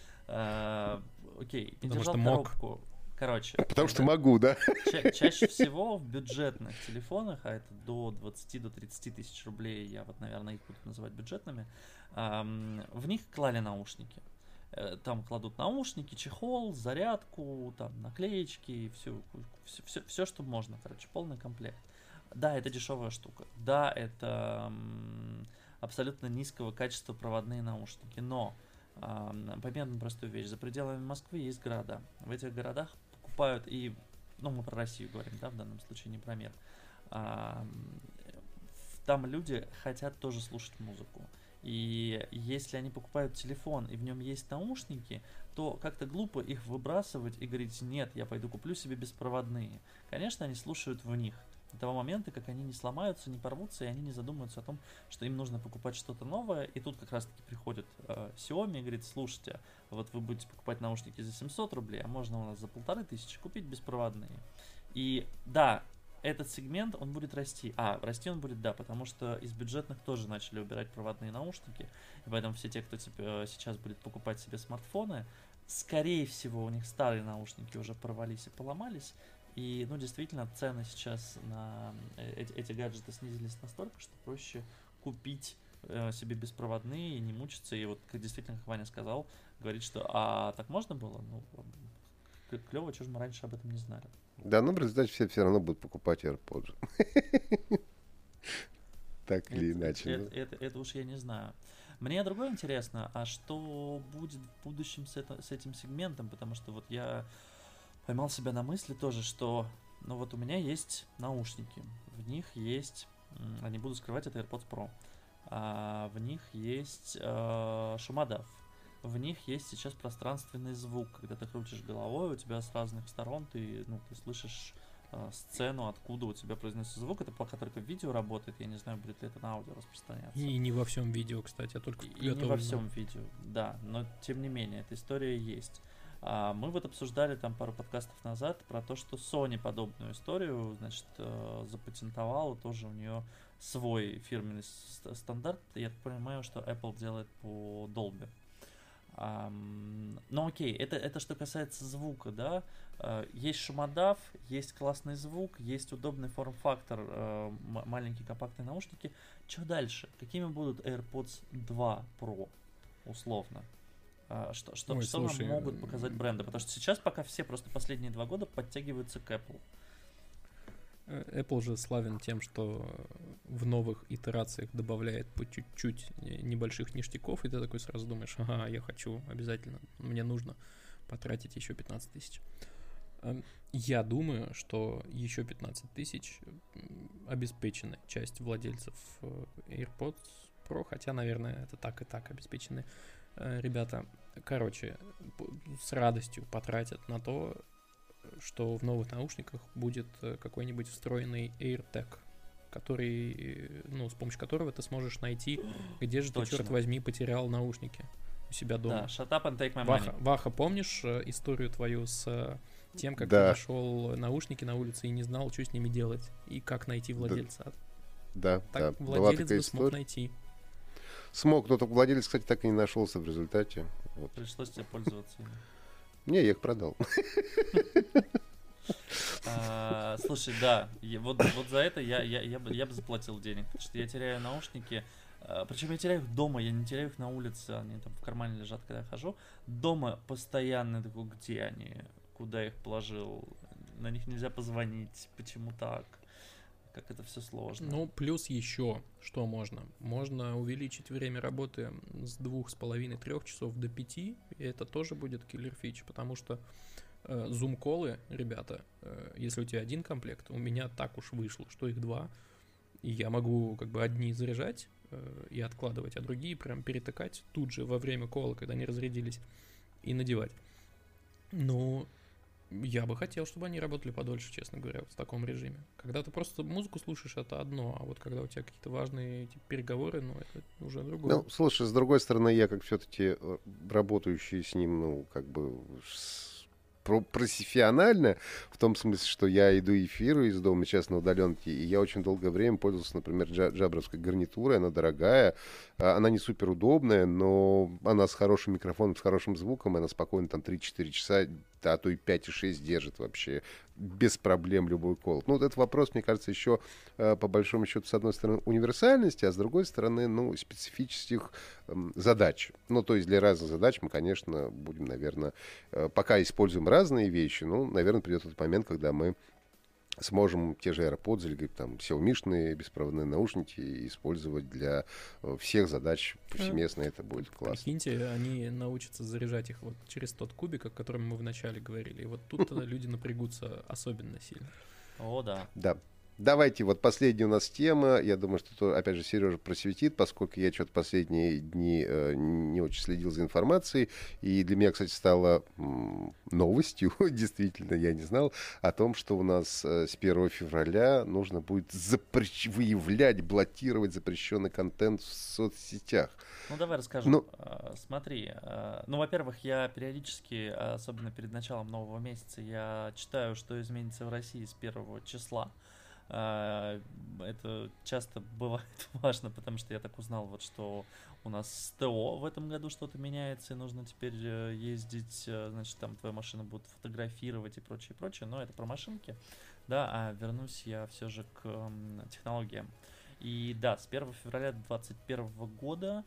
Speaker 2: А, Окей, не
Speaker 3: Потому
Speaker 2: держал
Speaker 3: что мог.
Speaker 2: коробку. Короче.
Speaker 1: Потому что
Speaker 2: когда-
Speaker 1: могу, да?
Speaker 2: ча- чаще всего в бюджетных телефонах, а это до двадцати до тридцати тысяч рублей, я вот, наверное, их буду называть бюджетными, ам, в них клали наушники. Э, Там кладут наушники, чехол, зарядку, там наклеечки, все, все, все, все, что можно, короче, полный комплект. Да, это дешевая штука. Да, это м, абсолютно низкого качества проводные наушники. Но ам, пойми одну простую вещь. За пределами Москвы есть города. В этих городах покупают и ну, мы про Россию говорим, да, в данном случае, не про мир. А, там люди хотят тоже слушать музыку. И если они покупают телефон, и в нем есть наушники, то как-то глупо их выбрасывать и говорить: нет, я пойду куплю себе беспроводные. Конечно, они слушают в них. До того момента, как они не сломаются, не порвутся, и они не задумаются о том, что им нужно покупать что-то новое. И тут как раз-таки приходит э, Xiaomi и говорит: слушайте, вот вы будете покупать наушники за семьсот рублей, а можно у нас за полторы тысячи купить беспроводные. И да, этот сегмент, он будет расти. А, расти он будет, да, потому что из бюджетных тоже начали убирать проводные наушники. И поэтому все те, кто типа, сейчас будет покупать себе смартфоны, скорее всего, у них старые наушники уже порвались и поломались. И, ну, действительно, цены сейчас на эти, эти гаджеты снизились настолько, что проще купить э, себе беспроводные и не мучиться. И вот, как действительно, как Ваня сказал, говорит, что а так можно было? Ну, клево, чего же мы раньше об этом не знали.
Speaker 1: Да, но в результате все все равно будут покупать AirPods. Так или иначе.
Speaker 2: Это уж я не знаю. Мне другое интересно, а что будет в будущем с этим сегментом? Потому что вот я поймал себя на мысли тоже, что, ну вот у меня есть наушники, в них есть, а не буду скрывать, это AirPods Pro, а в них есть э, шумодав, в них есть сейчас пространственный звук, когда ты крутишь головой, у тебя с разных сторон ты, ну, ты слышишь э, сцену, откуда у тебя произносится звук. Это пока только в видео работает, я не знаю, будет ли это на аудио распространяться.
Speaker 3: И не во всем видео, кстати, а только
Speaker 2: и не во всем видео, да, но тем не менее, эта история есть. А мы вот обсуждали там пару подкастов назад про то, что Sony подобную историю, значит, э, запатентовала, тоже у нее свой фирменный ст- стандарт. Я так понимаю, что Apple делает по Dolby. А, ну окей, это, это что касается звука, да. А, есть шумодав, есть классный звук, есть удобный форм-фактор, э, м- маленькие компактные наушники. Что дальше? Какими будут AirPods два Pro, условно? Что, что,
Speaker 3: Ой,
Speaker 2: что
Speaker 3: слушай,
Speaker 2: нам могут показать бренды? Потому что сейчас пока все просто последние два года подтягиваются к Apple.
Speaker 3: Apple же славен тем, что в новых итерациях добавляет по чуть-чуть небольших ништяков, и ты такой сразу думаешь: ага, я хочу, обязательно, мне нужно потратить еще пятнадцать тысяч. Я думаю, что еще пятнадцать тысяч обеспечены часть владельцев AirPods Pro, хотя, наверное, это так и так обеспечены ребята. Короче, с радостью потратят на то, что в новых наушниках будет какой-нибудь встроенный AirTag, который, ну, с помощью которого ты сможешь найти, где же
Speaker 2: Точно.
Speaker 3: ты, черт возьми, потерял наушники у себя дома.
Speaker 2: Да, shut up and take my money.
Speaker 3: Ваха, Ваха, помнишь историю твою с тем, как
Speaker 1: да.
Speaker 3: ты нашел наушники на улице и не знал, что с ними делать, и как найти владельца?
Speaker 1: Да,
Speaker 3: так
Speaker 1: да.
Speaker 3: владелец бы смог история. найти.
Speaker 1: Смог, но только владелец, кстати, так и не нашелся в результате. Вот.
Speaker 2: Пришлось тебе пользоваться ими.
Speaker 1: Не, я их продал.
Speaker 2: А, слушай, да, вот, вот за это я, я, я, бы, я бы заплатил денег, потому что я теряю наушники, а, причем я теряю их дома, я не теряю их на улице, они там в кармане лежат, когда я хожу. Дома постоянно такой: где они, куда я их положил, на них нельзя позвонить, почему так? Как это все сложно.
Speaker 3: Ну, плюс еще, что можно? Можно увеличить время работы с двух с половиной-трех часов до пяти, и это тоже будет киллер фич, потому что э, зум-колы, ребята, э, если у тебя один комплект, у меня так уж вышло, что их два, и я могу как бы одни заряжать э, и откладывать, а другие прям перетыкать тут же во время кола, когда они разрядились, и надевать. Ну... Я бы хотел, чтобы они работали подольше, честно говоря, в таком режиме. Когда ты просто музыку слушаешь, это одно, а вот когда у тебя какие-то важные типа, переговоры, ну, это уже другое.
Speaker 1: Ну, слушай, с другой стороны, я как все-таки работающий с ним, ну, как бы профессионально, в том смысле, что я иду эфиры из дома сейчас на удаленке, и я очень долгое время пользовался, например, джа- джабровской гарнитурой, она дорогая, она не супер удобная, но она с хорошим микрофоном, с хорошим звуком, она спокойно там три-четыре часа, а то и пять и шесть держит вообще без проблем любой кол. Ну, вот этот вопрос, мне кажется, еще по большому счету, с одной стороны, универсальности, а с другой стороны, ну, специфических эм, задач. Ну, то есть для разных задач мы, конечно, будем, наверное, э, пока используем разные вещи, ну, наверное, придет тот момент, когда мы сможем те же AirPods или там Xiaomi-шные беспроводные наушники использовать для всех задач повсеместно. Это будет классно.
Speaker 3: Прикиньте, они научатся заряжать их вот через тот кубик, о котором мы вначале говорили. И вот тут люди напрягутся особенно сильно.
Speaker 2: О, да.
Speaker 1: Да. Давайте, вот последняя у нас тема. Я думаю, что, то, опять же, Сережа просветит, поскольку я что-то последние дни э, не очень следил за информацией. И для меня, кстати, стало м, новостью, действительно, я не знал, о том, что у нас э, с первого февраля нужно будет запрещ... выявлять, блокировать запрещенный контент в соцсетях.
Speaker 2: Ну, давай расскажем.
Speaker 1: Ну,
Speaker 2: Uh, смотри, uh, ну, во-первых, я периодически, особенно перед началом нового месяца, я читаю, что изменится в России с первого числа. Uh, это часто бывает важно, потому что я так узнал, вот, что у нас с ТО в этом году что-то меняется, и нужно теперь uh, ездить, uh, значит, там твою машину будут фотографировать и прочее, прочее, но это про машинки, да, а вернусь я все же к um, технологиям. И да, с первого февраля две тысячи двадцать первого года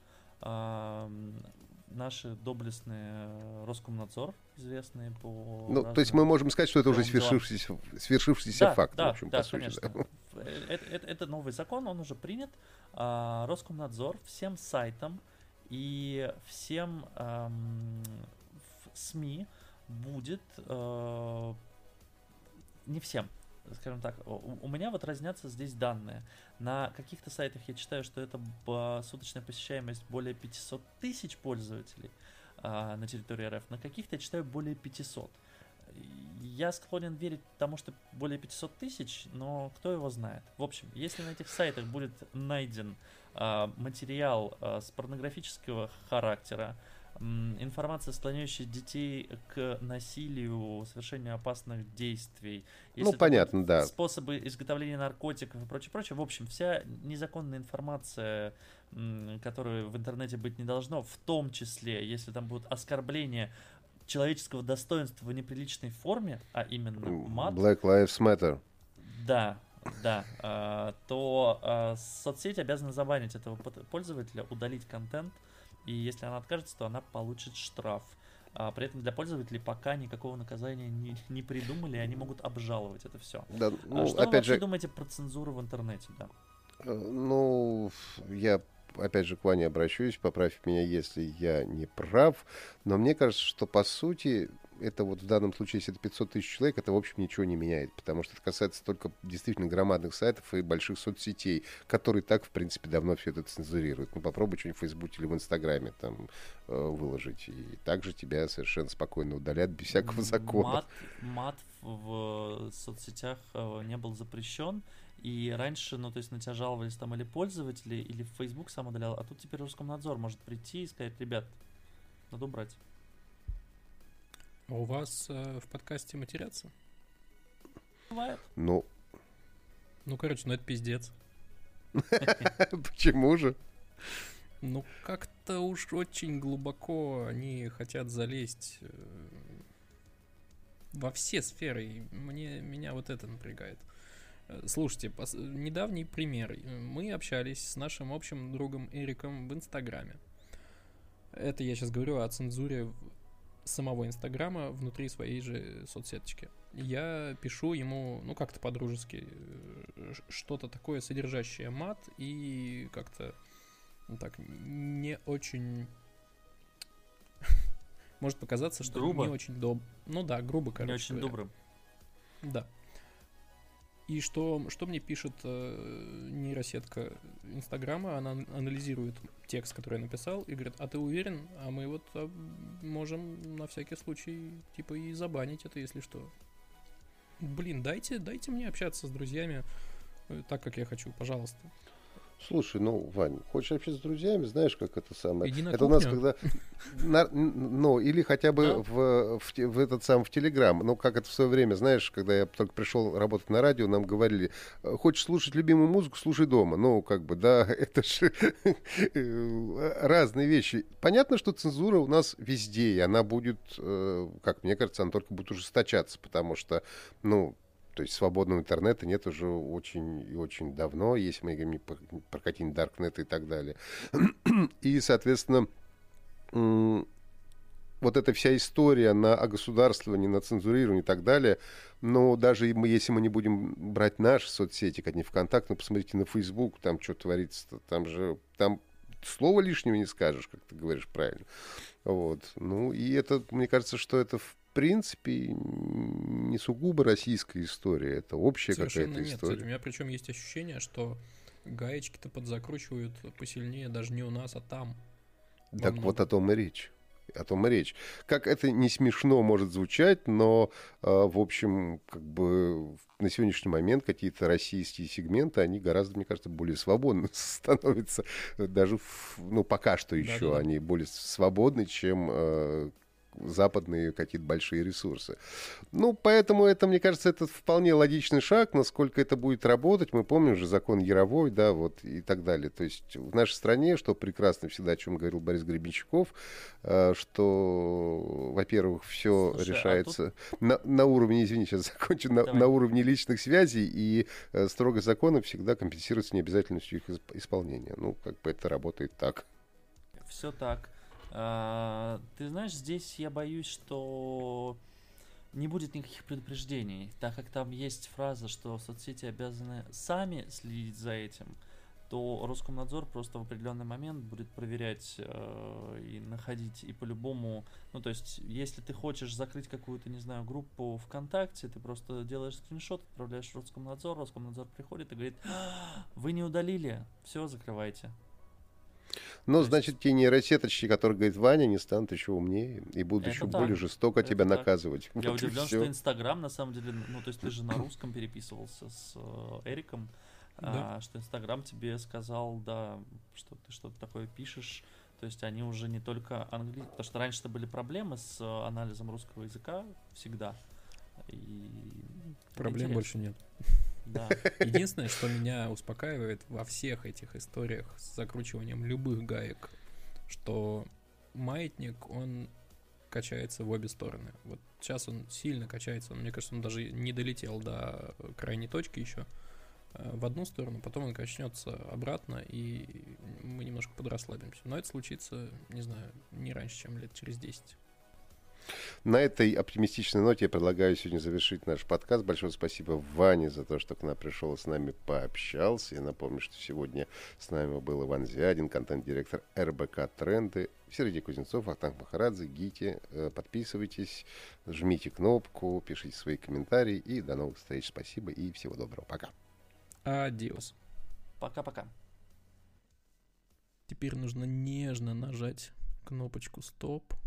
Speaker 2: наши доблестные Роскомнадзор, известные по...
Speaker 1: Ну, то есть мы можем сказать, что это уже свершившийся, свершившийся
Speaker 2: да,
Speaker 1: факт,
Speaker 2: да,
Speaker 1: в общем,
Speaker 2: да,
Speaker 1: по сути.
Speaker 2: Конечно. Да. Это, это, это новый закон, он уже принят. А, Роскомнадзор всем сайтам и всем эм, СМИ будет... Э, не всем. Скажем так, у, у меня вот разнятся здесь данные. На каких-то сайтах я читаю, что это суточная посещаемость более пятьсот тысяч пользователей а, на территории РФ. На каких-то я читаю более пятьсот. Я склонен верить тому, что более пятьсот тысяч, но кто его знает. В общем, если на этих сайтах будет найден а, материал а, с порнографического характера, информация, склоняющая детей к насилию, совершению опасных действий.
Speaker 1: Если ну, понятно, да.
Speaker 2: Способы изготовления наркотиков и прочее, прочее. В общем, вся незаконная информация, которая в интернете быть не должно, в том числе, если там будут оскорбления человеческого достоинства в неприличной форме, а именно мат.
Speaker 1: Black Lives Matter.
Speaker 2: Да, да. То соцсеть обязана забанить этого пользователя, удалить контент. И если она откажется, то она получит штраф. А при этом для пользователей пока никакого наказания не, не придумали, и они могут обжаловать это все.
Speaker 1: Да, ну,
Speaker 2: а что
Speaker 1: опять
Speaker 2: вы вообще
Speaker 1: же,
Speaker 2: думаете про цензуру в интернете? Да?
Speaker 1: Ну, я опять же к Ване обращусь, поправь меня, если я не прав, но мне кажется, что по сути это вот в данном случае, если это пятьсот тысяч человек, это в общем ничего не меняет, потому что это касается только действительно громадных сайтов и больших соцсетей, которые так, в принципе, давно все это цензурируют. Ну, попробуй что-нибудь в Фейсбуке или в Инстаграме там э, выложить, и также тебя совершенно спокойно удалят без всякого закона.
Speaker 2: Мат, мат в соцсетях не был запрещен, и раньше, ну, то есть на тебя жаловались там или пользователи, или Facebook сам удалял, а тут теперь Роскомнадзор может прийти и сказать: ребят, надо убрать.
Speaker 3: А у вас э, в подкасте матерятся?
Speaker 2: Бывает.
Speaker 1: Ну.
Speaker 3: Ну, короче, ну это пиздец.
Speaker 1: Почему же?
Speaker 3: Ну, как-то уж очень глубоко они хотят залезть э, во все сферы. И мне, меня вот это напрягает. Слушайте, пос- недавний пример. Мы общались с нашим общим другом Эриком в Инстаграме. Это я сейчас говорю о цензуре самого Инстаграма внутри своей же соцсеточки. Я пишу ему, ну, как-то по-дружески, что-то такое, содержащее мат, и как-то, ну, так, не очень... Может показаться, что
Speaker 2: грубо.
Speaker 3: Не очень доб... Ну да, грубо, короче.
Speaker 2: Не очень
Speaker 3: говоря.
Speaker 2: добрым.
Speaker 3: Да. И что, что мне пишет э, нейросетка Инстаграма? Она анализирует текст, который я написал, и говорит: а ты уверен? А мы вот а, можем на всякий случай типа и забанить это, если что. Блин, дайте, дайте мне общаться с друзьями э, так, как я хочу, пожалуйста.
Speaker 1: Слушай, ну, Вань, хочешь общаться с друзьями, знаешь, как это самое?
Speaker 3: Иди на
Speaker 1: это
Speaker 3: кухню.
Speaker 1: У нас когда... На, ну, или хотя бы
Speaker 2: Да.
Speaker 1: в, в, в этот сам, в Телеграм. Ну, как это в свое время, знаешь, когда я только пришел работать на радио, нам говорили: хочешь слушать любимую музыку, слушай дома. Ну, как бы, да, это же разные вещи. Понятно, что цензура у нас везде, и она будет, как мне кажется, она только будет ужесточаться, потому что, ну, то есть свободного интернета нет уже очень и очень давно, если мы говорим про, про какие-нибудь даркнеты и так далее. И, соответственно, вот эта вся история на огосударствовании, на цензурировании и так далее, но даже мы, если мы не будем брать наши соцсети, как не ВКонтакте, ну, посмотрите на Facebook, там что творится, там же, там слова лишнего не скажешь, как ты говоришь правильно. Вот. Ну, и это, мне кажется, что это в принципе не сугубо российская история, это общая
Speaker 3: Совершенно
Speaker 1: какая-то
Speaker 3: нет.
Speaker 1: история.
Speaker 3: Кстати, у меня причем есть ощущение, что гаечки-то подзакручивают посильнее даже не у нас, а там.
Speaker 1: Так вот о том и речь. О том и речь. Как это не смешно может звучать, но, э, в общем, как бы на сегодняшний момент какие-то российские сегменты, они гораздо, мне кажется, более свободны становятся. Даже, в, ну, пока что еще
Speaker 3: Да-да-да.
Speaker 1: они более свободны, чем э, западные какие-то большие ресурсы. Ну, поэтому это, мне кажется, это вполне логичный шаг. Насколько это будет работать, мы помним же закон Яровой, да, вот и так далее. То есть в нашей стране, что прекрасно всегда, о чем говорил Борис Гребенщиков, э, что, во-первых, все
Speaker 2: Слушай, а
Speaker 1: решается на, на уровне, извини, сейчас закончу, на,
Speaker 2: Давай.
Speaker 1: на уровне личных связей, и э, строго законы всегда компенсируются необязательностью их исп- исполнения. Ну, как бы это работает так.
Speaker 2: Все так. А, ты знаешь, здесь я боюсь, что не будет никаких предупреждений, так как там есть фраза, что соцсети обязаны сами следить за этим, то Роскомнадзор просто в определенный момент будет проверять э, и находить, и по-любому, ну то есть, если ты хочешь закрыть какую-то, не знаю, группу ВКонтакте, ты просто делаешь скриншот, отправляешь в Роскомнадзор, Роскомнадзор приходит и говорит: «А, вы не удалили, все, закрывайте».
Speaker 1: Ну,
Speaker 2: То
Speaker 1: значит,
Speaker 2: есть-
Speaker 1: те нейросеточки, которые говорит Ваня, не станут еще умнее и будут
Speaker 2: Это
Speaker 1: еще
Speaker 2: так.
Speaker 1: более жестоко
Speaker 2: Это
Speaker 1: тебя
Speaker 2: так.
Speaker 1: наказывать.
Speaker 2: Я
Speaker 1: Вот и
Speaker 2: удивлен,
Speaker 1: всё.
Speaker 2: что Инстаграм, на самом деле, ну, то есть ты же на русском переписывался с э, Эриком,
Speaker 3: Да.
Speaker 2: а, что Инстаграм тебе сказал, да, что ты что-то такое пишешь, то есть они уже не только английский, потому что раньше-то были проблемы с э, анализом русского языка всегда, и...
Speaker 3: Проблем
Speaker 2: интересно.
Speaker 3: больше нет.
Speaker 2: Да.
Speaker 3: Единственное, что меня успокаивает во всех этих историях с закручиванием любых гаек, что маятник, он качается в обе стороны. Вот сейчас он сильно качается, он, мне кажется, он даже не долетел до крайней точки еще э, в одну сторону, потом он качнется обратно, и мы немножко подрасслабимся. Но это случится, не знаю, не раньше, чем лет через десять.
Speaker 1: На этой оптимистичной ноте я предлагаю сегодня завершить наш подкаст. Большое спасибо Ване за то, что к нам пришел и с нами пообщался. Я напомню, что сегодня с нами был Иван Звядин, контент-директор эр бэ ка Тренды, Сергей Кузнецов, Ахтанг Махарадзе, Гити. Подписывайтесь, жмите кнопку, пишите свои комментарии. И до новых встреч. Спасибо и всего доброго. Пока.
Speaker 3: Адиос.
Speaker 2: Пока-пока.
Speaker 3: Теперь нужно нежно нажать кнопочку «Стоп».